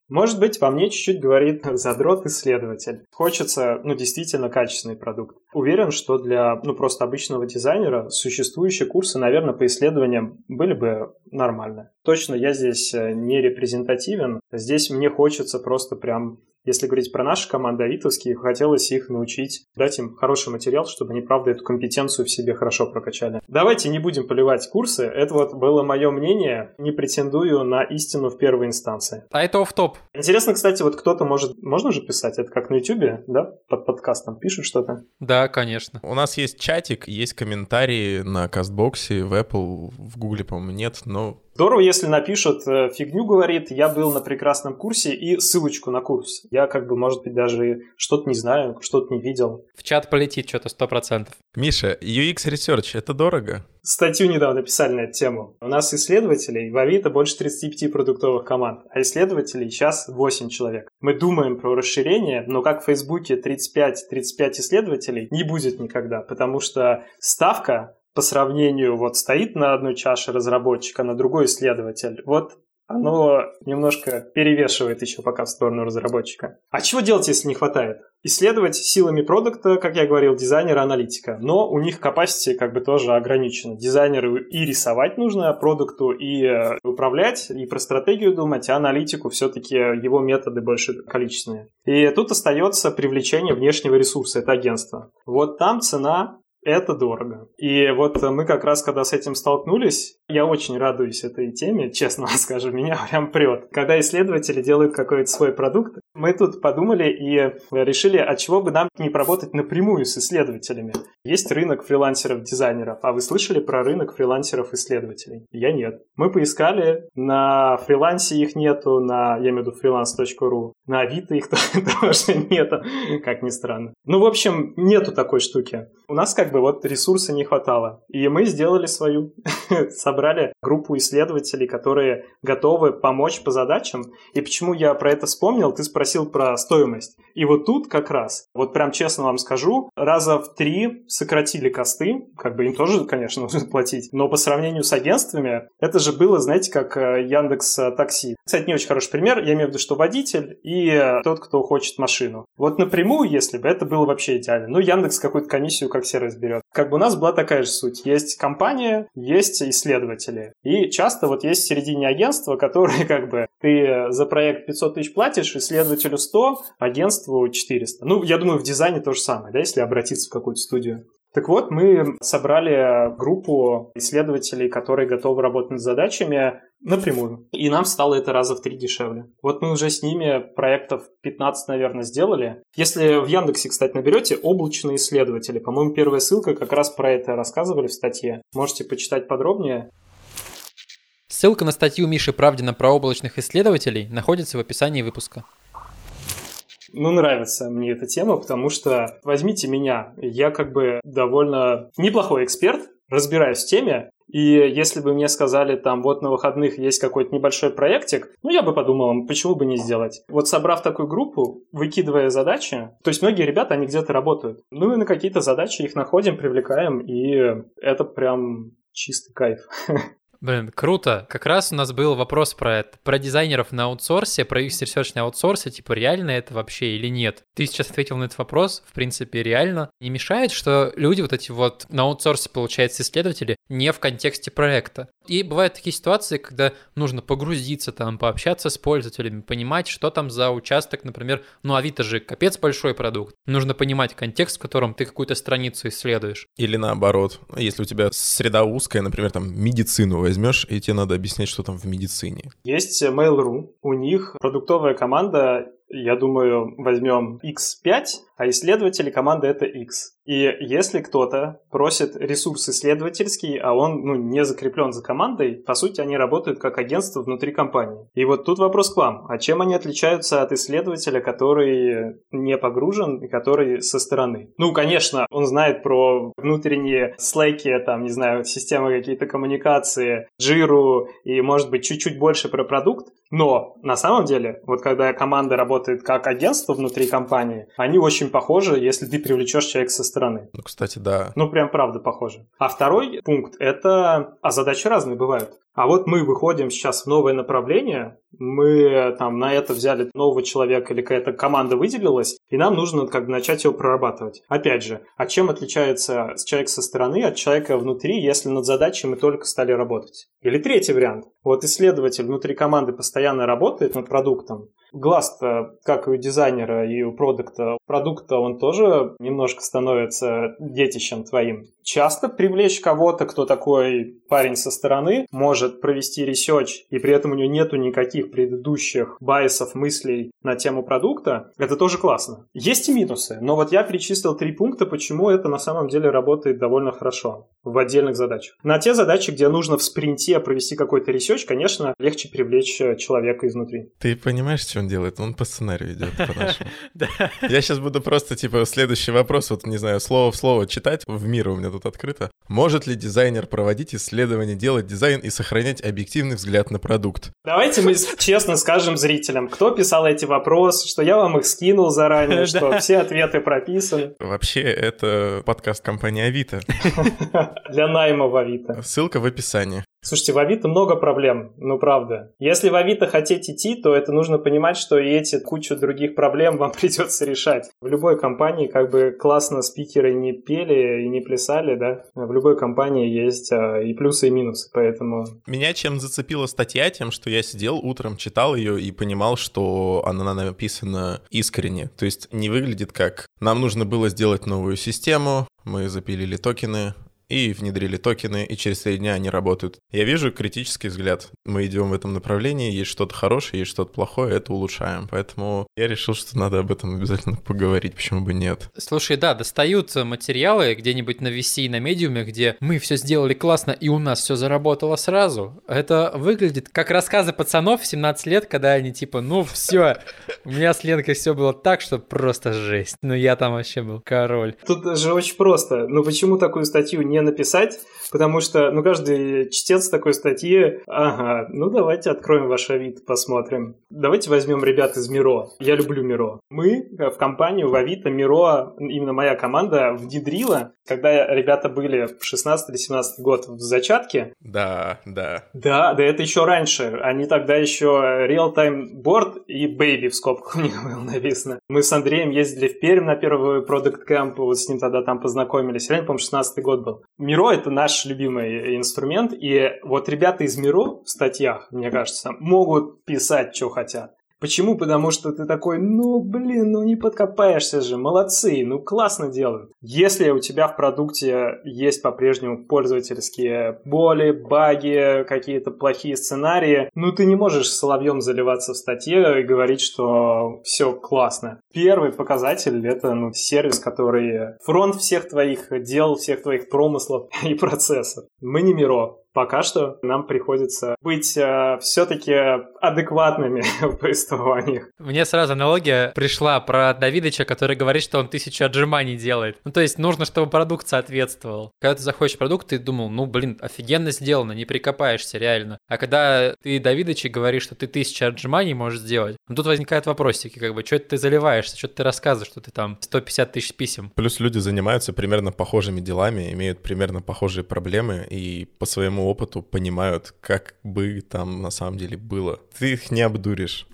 Может быть, во мне чуть-чуть говорит задрот-исследователь. Хочется, ну, действительно качественный продукт. Уверен, что для, ну, просто обычного дизайнера существующие курсы, наверное, по исследованиям были бы нормальны. Точно я здесь не репрезентативен. Здесь мне хочется просто прям... Если говорить про наши команды авитовские, хотелось их научить, дать им хороший материал, чтобы они, правда, эту компетенцию в себе хорошо прокачали. Давайте не будем поливать курсы. Это вот было мое мнение. Не претендую на истину в первой инстанции. А это офф-топ. Интересно, кстати, вот кто-то может... Можно же писать? Это как на Ютубе, да? Под подкастом пишут что-то? Да, конечно. У нас есть чатик, есть комментарии на Кастбоксе, в Apple, в Гугле, по-моему, нет, но... Здорово, если напишут, фигню говорит, я был на прекрасном курсе и ссылочку на курс. Я как бы, может быть, даже что-то не знаю, что-то не видел. В чат полетит что-то сто процентов. Миша, ю экс Research — это дорого? Статью недавно писали на эту тему. У нас исследователей в Авито больше тридцать пять продуктовых команд, а исследователей сейчас восемь человек. Мы думаем про расширение, но как в Фейсбуке тридцать пять тридцать пять исследователей не будет никогда, потому что ставка по сравнению вот стоит на одной чаше разработчика, на другой исследователь. Вот оно немножко перевешивает еще пока в сторону разработчика. А чего делать, если не хватает? Исследовать силами продукта, как я говорил, дизайнера, аналитика. Но у них capacity как бы тоже ограничено. Дизайнеру и рисовать нужно продукту, и управлять, и про стратегию думать, а аналитику все-таки его методы больше количественные. И тут остается привлечение внешнего ресурса, это агентство. Вот там цена... Это дорого. И вот мы как раз, когда с этим столкнулись, я очень радуюсь этой теме, честно вам скажу, меня прям прет. Когда исследователи делают какой-то свой продукт, мы тут подумали и решили, от чего бы нам не поработать напрямую с исследователями. Есть рынок фрилансеров-дизайнеров, а вы слышали про рынок фрилансеров-исследователей? Я нет. Мы поискали, на фрилансе их нету, на, я имею в виду фриланс точка ру, на Авито их тоже нету, как ни странно. Ну, в общем, нету такой штуки. У нас как бы вот ресурса не хватало. И мы сделали свою. Собрали группу исследователей, которые готовы помочь по задачам. И почему я про это вспомнил? Ты спросил про стоимость. И вот тут как раз, вот прям честно вам скажу, раза в три сократили косты. Как бы им тоже, конечно, нужно платить. Но по сравнению с агентствами, это же было, знаете, как Яндекс.Такси. Кстати, не очень хороший пример. Я имею в виду, что водитель и тот, кто хочет машину. Вот напрямую, если бы, это было вообще идеально. Ну, Яндекс какую-то комиссию как сервис берет. Как бы у нас была такая же суть. Есть компания, есть исследователи. И часто вот есть в середине агентства, которые как бы ты за проект пятьсот тысяч платишь, исследователю сто, агентству четыреста. Ну, я думаю, в дизайне то же самое, да, если обратиться в какую-то студию. Так вот, мы собрали группу исследователей, которые готовы работать над задачами напрямую. И нам стало это раза в три дешевле. Вот мы уже с ними проектов пятнадцать, наверное, сделали. Если в Яндексе, кстати, наберете облачные исследователи, по-моему, первая ссылка как раз про это рассказывали в статье. Можете почитать подробнее. Ссылка на статью Миши Правдина про облачных исследователей находится в описании выпуска. Ну, нравится мне эта тема, потому что возьмите меня, я как бы довольно неплохой эксперт, разбираюсь в теме, и если бы мне сказали, там, вот на выходных есть какой-то небольшой проектик, ну, я бы подумал, почему бы не сделать. Вот собрав такую группу, выкидывая задачи, то есть многие ребята, они где-то работают, ну, и на какие-то задачи их находим, привлекаем, и это прям чистый кайф. Блин, круто. Как раз у нас был вопрос про это. Про дизайнеров на аутсорсе, про ю экс Research на аутсорсе, типа реально это вообще или нет? Ты сейчас ответил на этот вопрос, в принципе, реально. Не мешает, что люди вот эти вот на аутсорсе, получается, исследователи, не в контексте проекта. И бывают такие ситуации, когда нужно погрузиться там, пообщаться с пользователями, понимать, что там за участок, например, ну Авито же капец большой продукт. Нужно понимать контекст, в котором ты какую-то страницу исследуешь. Или наоборот, если у тебя среда узкая, например, там медицину возьмешь, и тебе надо объяснять, что там в медицине. Есть Mail.ru, у них продуктовая команда, я думаю, возьмем икс пять, а исследователи команды это X. И если кто-то просит ресурс исследовательский, а он ну, не закреплен за командой, по сути, они работают как агентство внутри компании. И вот тут вопрос к вам. А чем они отличаются от исследователя, который не погружен и который со стороны? Ну, конечно, он знает про внутренние слэки, там, не знаю, системы какие-то коммуникации, джиру и, может быть, чуть-чуть больше про продукт. Но на самом деле, вот когда команда работает как агентство внутри компании, они очень очень похоже, если ты привлечешь человека со стороны. Ну, кстати, да. Ну, прям правда похоже. А второй пункт – это… А задачи разные бывают. А вот мы выходим сейчас в новое направление, мы там на это взяли нового человека или какая-то команда выделилась, и нам нужно как бы начать его прорабатывать. Опять же, а чем отличается человек со стороны от человека внутри, если над задачей мы только стали работать? Или третий вариант. Вот исследователь внутри команды постоянно работает над продуктом. Глаз-то, как и у дизайнера и у продукта, продукта он тоже немножко становится детищем твоим. Часто привлечь кого-то, кто такой парень со стороны, может провести ресерч, и при этом у него нету никаких предыдущих байсов, мыслей на тему продукта, это тоже классно. Есть и минусы, но вот я перечислил три пункта, почему это на самом деле работает довольно хорошо в отдельных задачах. На те задачи, где нужно в спринте провести какой-то ресерч, конечно, легче привлечь человека изнутри. Ты понимаешь, что он делает? Он по сценарию идет по-нашему. Я сейчас буду просто, типа, следующий вопрос, вот, не знаю, слово в слово читать, в мир у меня тут открыто. Может ли дизайнер проводить исследования, делать дизайн и сохранять объективный взгляд на продукт? Давайте мы честно скажем зрителям, кто писал эти вопросы, что я вам их скинул заранее, что все ответы прописаны. Вообще, это подкаст компании Авито. Для найма в Авито. Ссылка в описании. Слушайте, в Авито много проблем, ну правда. Если в Авито хотеть идти, то это нужно понимать, что и эти кучу других проблем вам придется решать. В любой компании как бы классно спикеры не пели и не плясали, да. В любой компании есть а, и плюсы, и минусы, поэтому... Меня чем зацепила статья, тем, что я сидел утром, читал ее и понимал, что она написана искренне. То есть не выглядит как «нам нужно было сделать новую систему, мы запилили токены», и внедрили токены, и через три дня они работают. Я вижу критический взгляд. Мы идем в этом направлении, есть что-то хорошее, есть что-то плохое, это улучшаем. Поэтому я решил, что надо об этом обязательно поговорить, почему бы нет. Слушай, да, достают материалы где-нибудь на ви си, на медиуме, где мы все сделали классно, и у нас все заработало сразу. Это выглядит как рассказы пацанов в семнадцать лет, когда они типа, ну все, у меня с Ленкой все было так, что просто жесть. Ну я там вообще был король. Тут же очень просто. Ну почему такую статью не написать, потому что, ну, каждый чтец такой статьи, ага, ну, давайте откроем ваш Авито, посмотрим. Давайте возьмем ребят из Миро. Я люблю Миро. Мы в компанию в Авито Миро, именно моя команда, внедрила, когда ребята были в шестнадцатый или семнадцатый год в зачатке. Да, да. Да, да это еще раньше. Они тогда еще Real-Time Board и Baby в скобках у них было написано. Мы с Андреем ездили в Пермь на первый Product Camp, вот с ним тогда там познакомились. Реально, по-моему, шестнадцатый год был. Миро — это наш любимый инструмент, и вот ребята из Миро в статьях, мне кажется, могут писать, что хотят. Почему? Потому что ты такой, ну, блин, ну не подкопаешься же, молодцы, ну классно делают. Если у тебя в продукте есть по-прежнему пользовательские боли, баги, какие-то плохие сценарии, ну ты не можешь соловьем заливаться в статье и говорить, что все классно. Первый показатель — это ну, сервис, который фронт всех твоих дел, всех твоих промыслов и процессов. Мы не Миро. Пока что нам приходится быть э, все-таки адекватными в повествованиях. Мне сразу аналогия пришла про Давидыча, который говорит, что он тысячу отжиманий делает. Ну, то есть нужно, чтобы продукт соответствовал. Когда ты заходишь в продукт, ты думал, ну, блин, офигенно сделано, не прикопаешься реально. А когда ты Давидычу говоришь, что ты тысячу отжиманий можешь сделать, ну, тут возникают вопросики, как бы, что ты заливаешься, что ты рассказываешь, что ты там сто пятьдесят тысяч писем. Плюс люди занимаются примерно похожими делами, имеют примерно похожие проблемы и по своему опыту понимают, как бы там на самом деле было. Ты их не обдуришь.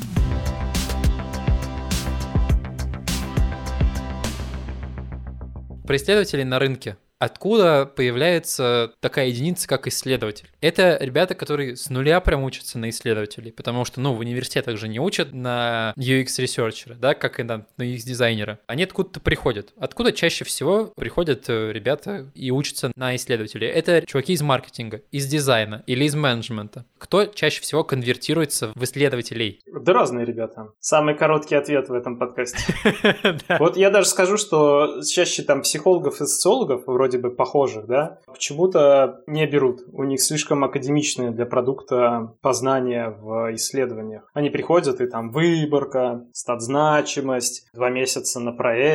Про исследователей на рынке. Откуда появляется такая единица, как исследователь? Это ребята, которые с нуля прям учатся на исследователей, потому что, ну, в университетах же не учат на ю экс-ресерчера, да, как и на, на ю экс-дизайнера. Они откуда-то приходят. Откуда чаще всего приходят ребята и учатся на исследователей? Это чуваки из маркетинга, из дизайна или из менеджмента. Кто чаще всего конвертируется в исследователей? Да разные ребята. Самый короткий ответ в этом подкасте. Вот я даже скажу, что чаще там психологов и социологов, вроде бы похожих, да, почему-то не берут. У них слишком академичные для продукта познания в исследованиях. Они приходят, и там выборка, стат-значимость, два месяца на проект.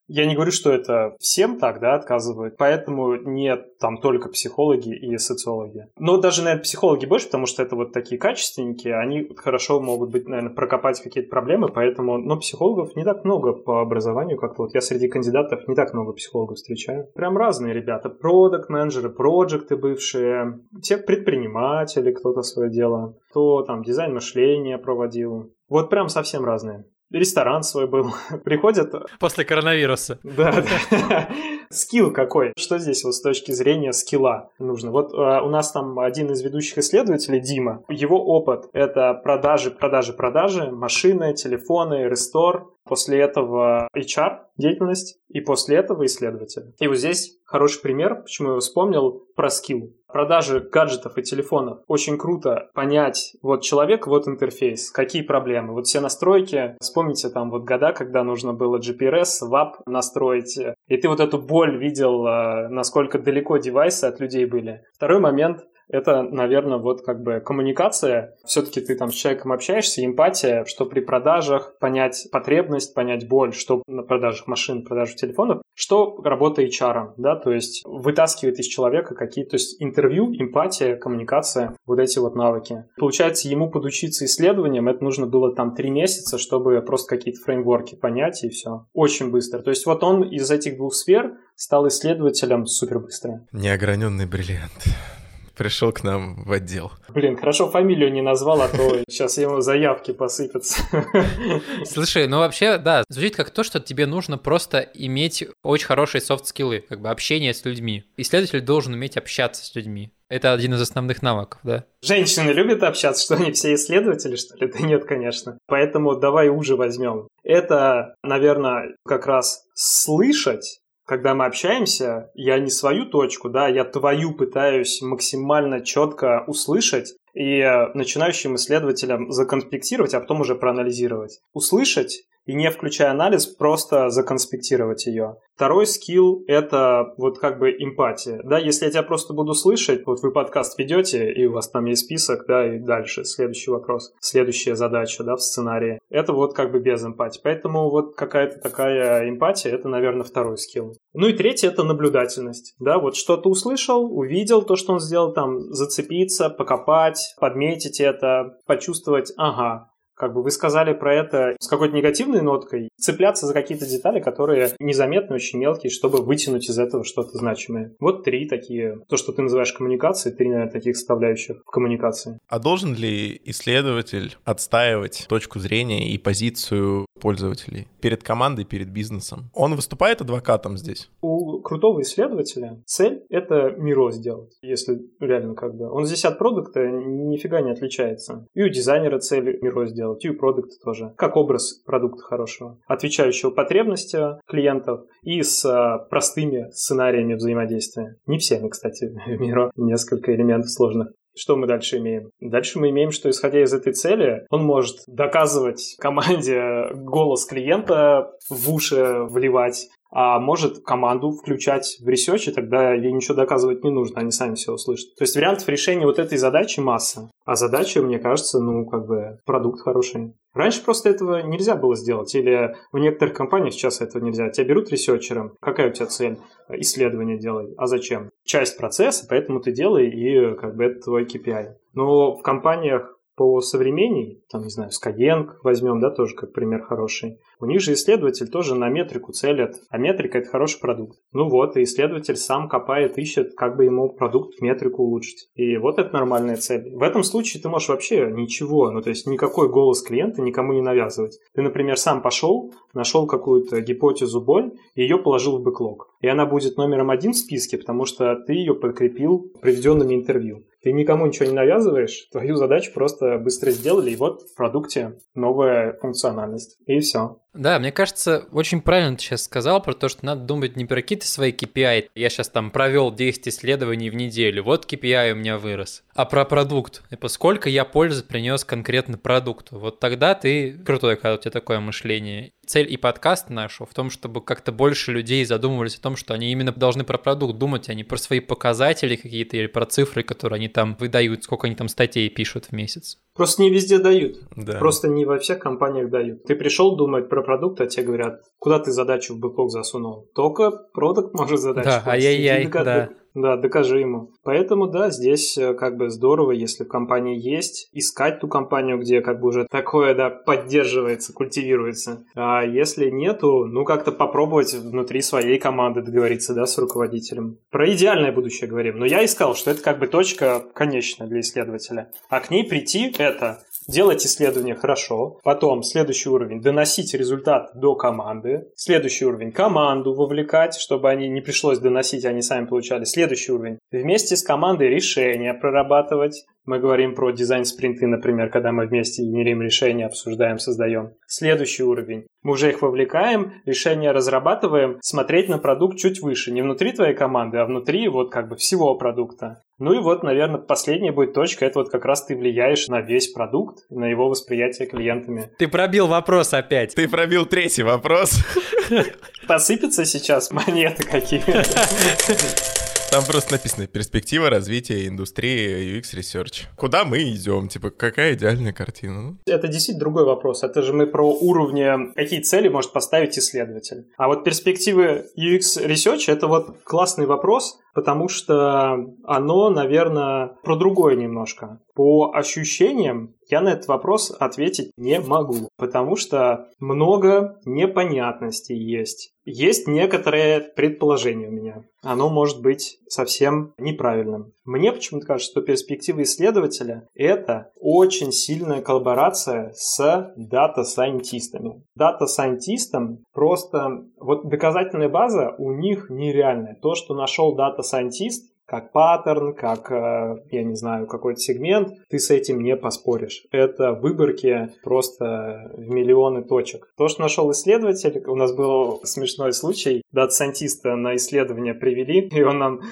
Я не говорю, что это всем так, да, отказывают, поэтому нет там только психологи и социологи. Но даже, наверное, психологи больше, потому что это вот такие качественники, они хорошо могут быть, наверное, прокопать какие-то проблемы, поэтому, но психологов не так много по образованию, как-то вот я среди кандидатов не так много психологов встречаю. Прям разные ребята, продакт-менеджеры, проекты бывшие, те предприниматели, кто-то свое дело, кто там дизайн мышления проводил. Вот прям совсем разные. Ресторан свой был. Приходят... После коронавируса. Да, да. Скилл какой? Что здесь вот с точки зрения скилла нужно? Вот э, у нас там один из ведущих исследователей, Дима, его опыт — это продажи, продажи, продажи, машины, телефоны, рестор. После этого эйч ар деятельность и после этого исследователь. И вот здесь хороший пример, почему я его вспомнил, про скилл. Продажи гаджетов и телефонов. Очень круто понять, вот человек, вот интерфейс, какие проблемы. Вот все настройки, вспомните там вот года, когда нужно было джи пи ар эс, вап настроить, и ты вот эту боль видел, насколько далеко девайсы от людей были. Второй момент — это, наверное, вот как бы коммуникация. Все-таки ты там с человеком общаешься, эмпатия, что при продажах понять потребность, понять боль, что на продажах машин, продажах телефонов, что работа эйч ар, да, то есть вытаскивает из человека какие-то, то есть интервью, эмпатия, коммуникация, вот эти вот навыки. Получается, ему подучиться исследованиям, это нужно было там три месяца, чтобы просто какие-то фреймворки понять, и все. Очень быстро. То есть вот он из этих двух сфер стал исследователем супер быстро. Неограненный бриллиант. Пришел к нам в отдел. Блин, хорошо фамилию не назвал, а то сейчас ему заявки посыпятся. Слушай, ну вообще, да, звучит как то, что тебе нужно просто иметь очень хорошие софт-скиллы, как бы общение с людьми. Исследователь должен уметь общаться с людьми. Это один из основных навыков, да? Женщины любят общаться, что они все исследователи, что ли? Да нет, конечно. Поэтому давай уже возьмем. Это, наверное, как раз слышать. Когда мы общаемся, я не свою точку, да, я твою пытаюсь максимально четко услышать и начинающим исследователям законспектировать, а потом уже проанализировать. Услышать и, не включая анализ, просто законспектировать ее. Второй скилл — это вот как бы эмпатия. Да, если я тебя просто буду слышать, вот вы подкаст ведете, и у вас там есть список, да, и дальше следующий вопрос, следующая задача, да, в сценарии. Это вот как бы без эмпатии. Поэтому вот какая-то такая эмпатия — это, наверное, второй скилл. Ну и третий — это наблюдательность. Да, вот что-то услышал, увидел то, что он сделал, там, зацепиться, покопать, подметить это, почувствовать, ага, как бы вы сказали про это с какой-то негативной ноткой, цепляться за какие-то детали, которые незаметны, очень мелкие, чтобы вытянуть из этого что-то значимое. Вот три такие, то, что ты называешь коммуникацией, три, наверное, таких составляющих в коммуникации. А должен ли исследователь отстаивать точку зрения и позицию пользователей перед командой, перед бизнесом? Он выступает адвокатом здесь? У крутого исследователя цель — это миро сделать, если реально как бы. Он здесь от продукта нифига не отличается. И у дизайнера цель миро сделать, и у продукта тоже. Как образ продукта хорошего, отвечающего потребностям клиентов и с а, простыми сценариями взаимодействия. Не всеми, кстати, в миро несколько элементов сложных. Что мы дальше имеем? Дальше мы имеем, что, исходя из этой цели, он может доказывать команде голос клиента в уши вливать, а может команду включать в ресерч, и тогда ей ничего доказывать не нужно, они сами все услышат. То есть вариантов решения вот этой задачи масса. А задача, мне кажется, ну, как бы продукт хороший. Раньше просто этого нельзя было сделать, или в некоторых компаниях сейчас этого нельзя. Тебя берут ресерчером, какая у тебя цель? Исследование делай. А зачем? Часть процесса, поэтому ты делай, и как бы это твой кей пи ай. Но в компаниях по современней, там, не знаю, Skyeng возьмем, да, тоже как пример хороший. У них же исследователь тоже на метрику целит, а метрика — это хороший продукт. Ну вот, и исследователь сам копает, ищет, как бы ему продукт, метрику улучшить. И вот это нормальная цель. В этом случае ты можешь вообще ничего, ну то есть никакой голос клиента никому не навязывать. Ты, например, сам пошел, нашел какую-то гипотезу боль, и ее положил в бэклог. И она будет номером один в списке, потому что ты ее подкрепил приведенными интервью. Ты никому ничего не навязываешь, твою задачу просто быстро сделали, и вот в продукте новая функциональность. И все. Да, мне кажется, очень правильно ты сейчас сказал про то, что надо думать не про какие-то свои кей пи ай. Я сейчас там провел десять исследований в неделю, вот кей пи ай у меня вырос. А про продукт. Типа, сколько я пользы принес конкретно продукту. Вот тогда ты крутой, когда у тебя такое мышление. Цель и подкаста нашего в том, чтобы как-то больше людей задумывались о том, что они именно должны про продукт думать, а не про свои показатели какие-то или про цифры, которые они там выдают, сколько они там статей пишут в месяц. Просто не везде дают. Да. Просто не во всех компаниях дают. Ты пришел думать про про продукт, а тебе говорят, куда ты задачу в бэклог засунул? Только продукт может задачу. Да, ай-яй-яй, дока- да. Да, докажи ему. Поэтому, да, здесь как бы здорово, если в компании есть, искать ту компанию, где как бы уже такое, да, поддерживается, культивируется. А если нету, ну, как-то попробовать внутри своей команды договориться, да, с руководителем. Про идеальное будущее говорим. Но я искал, что это как бы точка конечная для исследователя. А к ней прийти — это делать исследование хорошо, потом следующий уровень — доносить результат до команды, следующий уровень — команду вовлекать, чтобы они не пришлось доносить, они сами получали, следующий уровень — вместе с командой решения прорабатывать. Мы говорим про дизайн-спринты, например, когда мы вместе генерим решения, обсуждаем, создаем. Следующий уровень. Мы уже их вовлекаем, решения разрабатываем, смотреть на продукт чуть выше. Не внутри твоей команды, а внутри вот как бы всего продукта. Ну и вот, наверное, последняя будет точка. Это вот как раз ты влияешь на весь продукт, на его восприятие клиентами. Ты пробил вопрос опять. Ты пробил третий вопрос. Посыпятся сейчас монеты какие-то. Там просто написано «Перспектива развития индустрии ю экс Research». Куда мы идем? Типа, какая идеальная картина? Это действительно другой вопрос. Это же мы про уровни, какие цели может поставить исследователь. А вот перспективы ю экс Research — это вот классный вопрос, потому что оно, наверное, про другое немножко. По ощущениям я на этот вопрос ответить не могу, потому что много непонятностей есть. Есть некоторые предположения у меня. Оно может быть совсем неправильным. Мне почему-то кажется, что перспектива исследователя — это очень сильная коллаборация с дата-сайентистами. Дата-сайентистам просто... Вот доказательная база у них нереальная. То, что нашел дата-сайентист, как паттерн, как, я не знаю, какой-то сегмент, ты с этим не поспоришь. Это выборки просто в миллионы точек. То, что нашел исследователь, у нас был смешной случай, дата-сайентиста на исследование привели, и он нам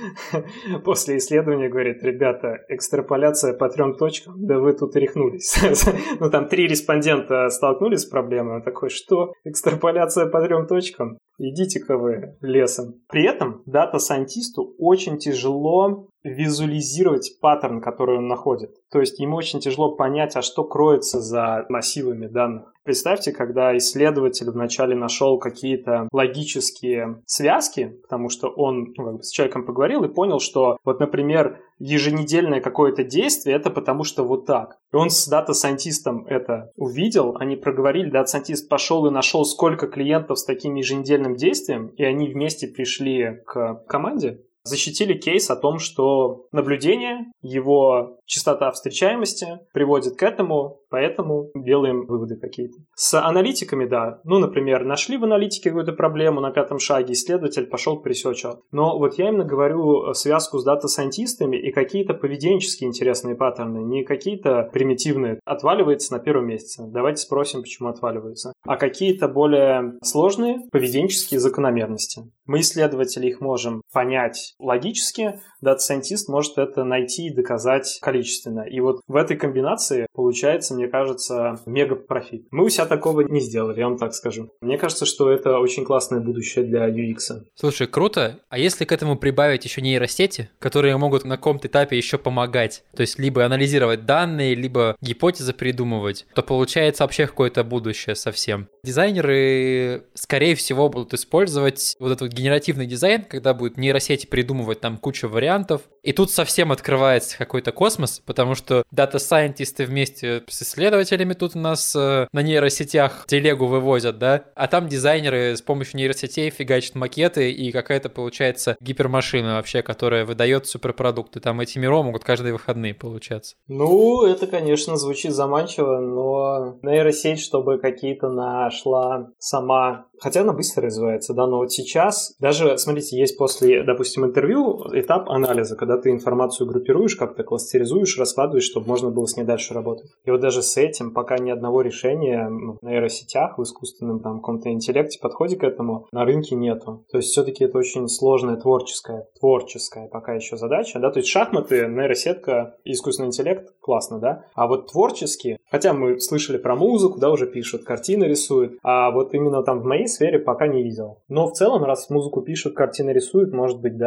после исследования говорит: ребята, экстраполяция по трем точкам, да вы тут рехнулись. Ну, там три респондента столкнулись с проблемой, он такой: что? Экстраполяция по трем точкам? Идите-ка вы лесом. При этом дата-сайентисту очень тяжело визуализировать паттерн, который он находит. То есть ему очень тяжело понять, а что кроется за массивами данных. Представьте, когда исследователь вначале нашел какие-то логические связки, потому что он ну, как бы с человеком поговорил и понял, что вот, например, еженедельное какое-то действие — это потому что вот так. И он с дата-сайентистом это увидел, они проговорили, дата-сайентист пошел и нашел, сколько клиентов с таким еженедельным действием, и они вместе пришли к команде, защитили кейс о том, что наблюдение, его частота встречаемости приводит к этому, поэтому делаем выводы какие-то. С аналитиками, да. Ну, например, нашли в аналитике какую-то проблему на пятом шаге, исследователь пошел к ресерчу. Но вот я именно говорю связку с дата-сайентистами и какие-то поведенческие интересные паттерны, не какие-то примитивные. Отваливается на первом месяце. Давайте спросим, почему отваливается. А какие-то более сложные поведенческие закономерности. Мы, исследователи, их можем понять логически, дата-сайентист может это найти и доказать количественно. И вот в этой комбинации получается, мне кажется, мега-профит. Мы у себя такого не сделали, я вам так скажу. Мне кажется, что это очень классное будущее для ю экс. Слушай, круто. А если к этому прибавить еще нейросети, которые могут на каком-то этапе еще помогать, то есть либо анализировать данные, либо гипотезы придумывать, то получается вообще какое-то будущее совсем. Дизайнеры, скорее всего, будут использовать вот этот генеративный дизайн, когда будут нейросети придумывать там кучу вариантов. И тут совсем открывается какой-то космос, потому что дата-сайентисты вместе с исследователями тут у нас э, на нейросетях телегу вывозят, да, а там дизайнеры с помощью нейросетей фигачат макеты, и какая-то получается гипермашина вообще, которая выдает суперпродукты. Там эти миро могут каждые выходные получаться. Ну, это, конечно, звучит заманчиво, но нейросеть, чтобы какие-то нашла сама... Хотя она быстро развивается, да, но вот сейчас даже, смотрите, есть после, допустим, интервью этап анализа, когда ты информацию группируешь, как-то кластеризуешь, раскладываешь, чтобы можно было с ней дальше работать. И вот даже с этим пока ни одного решения в нейросетях, в искусственном там каком-то интеллекте, подходе к этому на рынке нету. То есть все-таки это очень сложная творческая, творческая пока еще задача, да, то есть шахматы, нейросетка, искусственный интеллект, классно, да, а вот творчески, хотя мы слышали про музыку, да, уже пишут, картины рисуют, а вот именно там в моей сфере пока не видел. Но в целом, раз музыку пишут, картины рисуют, может быть, да.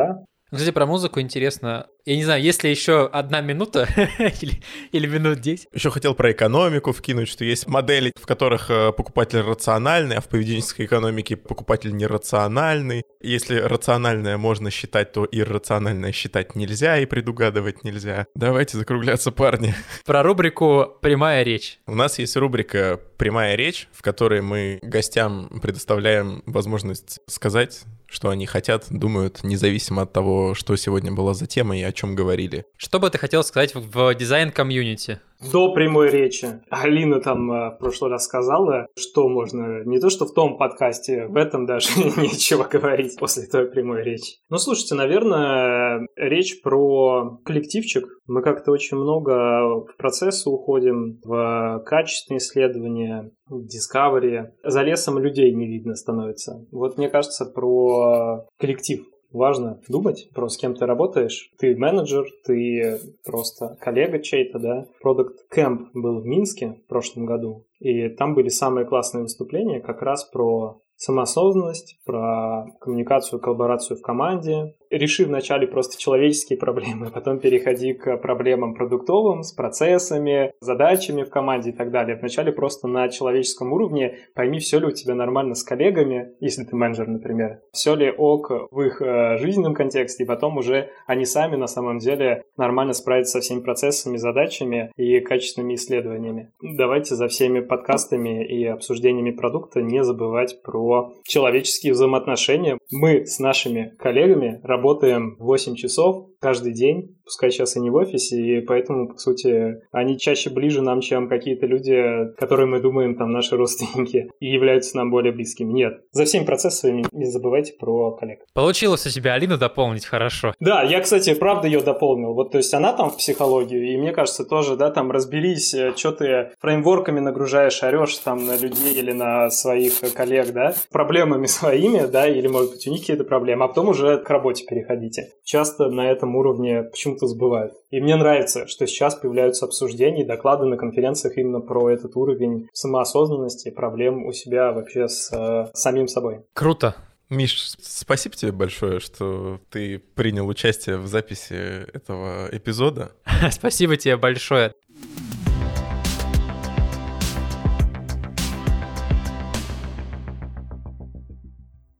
Кстати, про музыку интересно. Я не знаю, есть ли еще одна минута или, или минут десять? Еще хотел про экономику вкинуть, что есть модели, в которых покупатель рациональный, а в поведенческой экономике покупатель нерациональный. Если рациональное можно считать, то иррациональное считать нельзя и предугадывать нельзя. Давайте закругляться, парни. Про рубрику «Прямая речь». У нас есть рубрика «Прямая речь», в которой мы гостям предоставляем возможность сказать, что они хотят, думают, независимо от того, что сегодня была за тема и о чем говорили. Что бы ты хотел сказать в дизайн-комьюнити? До прямой речи. Алина там в прошлый раз сказала, что можно, не то что в том подкасте, в этом даже нечего говорить после той прямой речи. Ну, слушайте, наверное, речь про коллективчик. Мы как-то очень много в процессы уходим, в качественные исследования, в discovery. За лесом людей не видно становится. Вот мне кажется, про коллектив важно думать, про с кем ты работаешь. Ты менеджер, ты просто коллега чей-то, да. Product Camp был в Минске в прошлом году, и там были самые классные выступления как раз про самоосознанность, про коммуникацию, коллаборацию в команде. Реши вначале просто человеческие проблемы, потом переходи к проблемам продуктовым, с процессами, задачами в команде и так далее. Вначале просто на человеческом уровне пойми, все ли у тебя нормально с коллегами, если ты менеджер, например, все ли ок в их жизненном контексте, и потом уже они сами на самом деле нормально справятся со всеми процессами, задачами и качественными исследованиями. Давайте за всеми подкастами и обсуждениями продукта не забывать про человеческие взаимоотношения. Мы с нашими коллегами работаем Работаем восемь часов каждый день, пускай сейчас и не в офисе, и поэтому, по сути, они чаще ближе нам, чем какие-то люди, которые мы думаем, там, наши родственники, и являются нам более близкими. Нет. За всеми процессами не забывайте про коллег. Получилось у тебя Алину дополнить хорошо. Да, я, кстати, правда ее дополнил. Вот, то есть она там в психологию, и мне кажется, тоже, да, там разберись, что ты фреймворками нагружаешь, орешь там на людей или на своих коллег, да, проблемами своими, да, или, может быть, у них какие-то проблемы, а потом уже к работе переходите. Часто на этом уровне почему-то забывают. И мне нравится, что сейчас появляются обсуждения и доклады на конференциях именно про этот уровень самоосознанности, проблем у себя вообще с э, самим собой. Круто. Миш, спасибо тебе большое, что ты принял участие в записи этого эпизода. Спасибо тебе большое.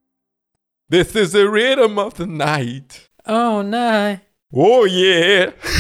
This is the rhythm of the night. Oh, night. Oh, yeah.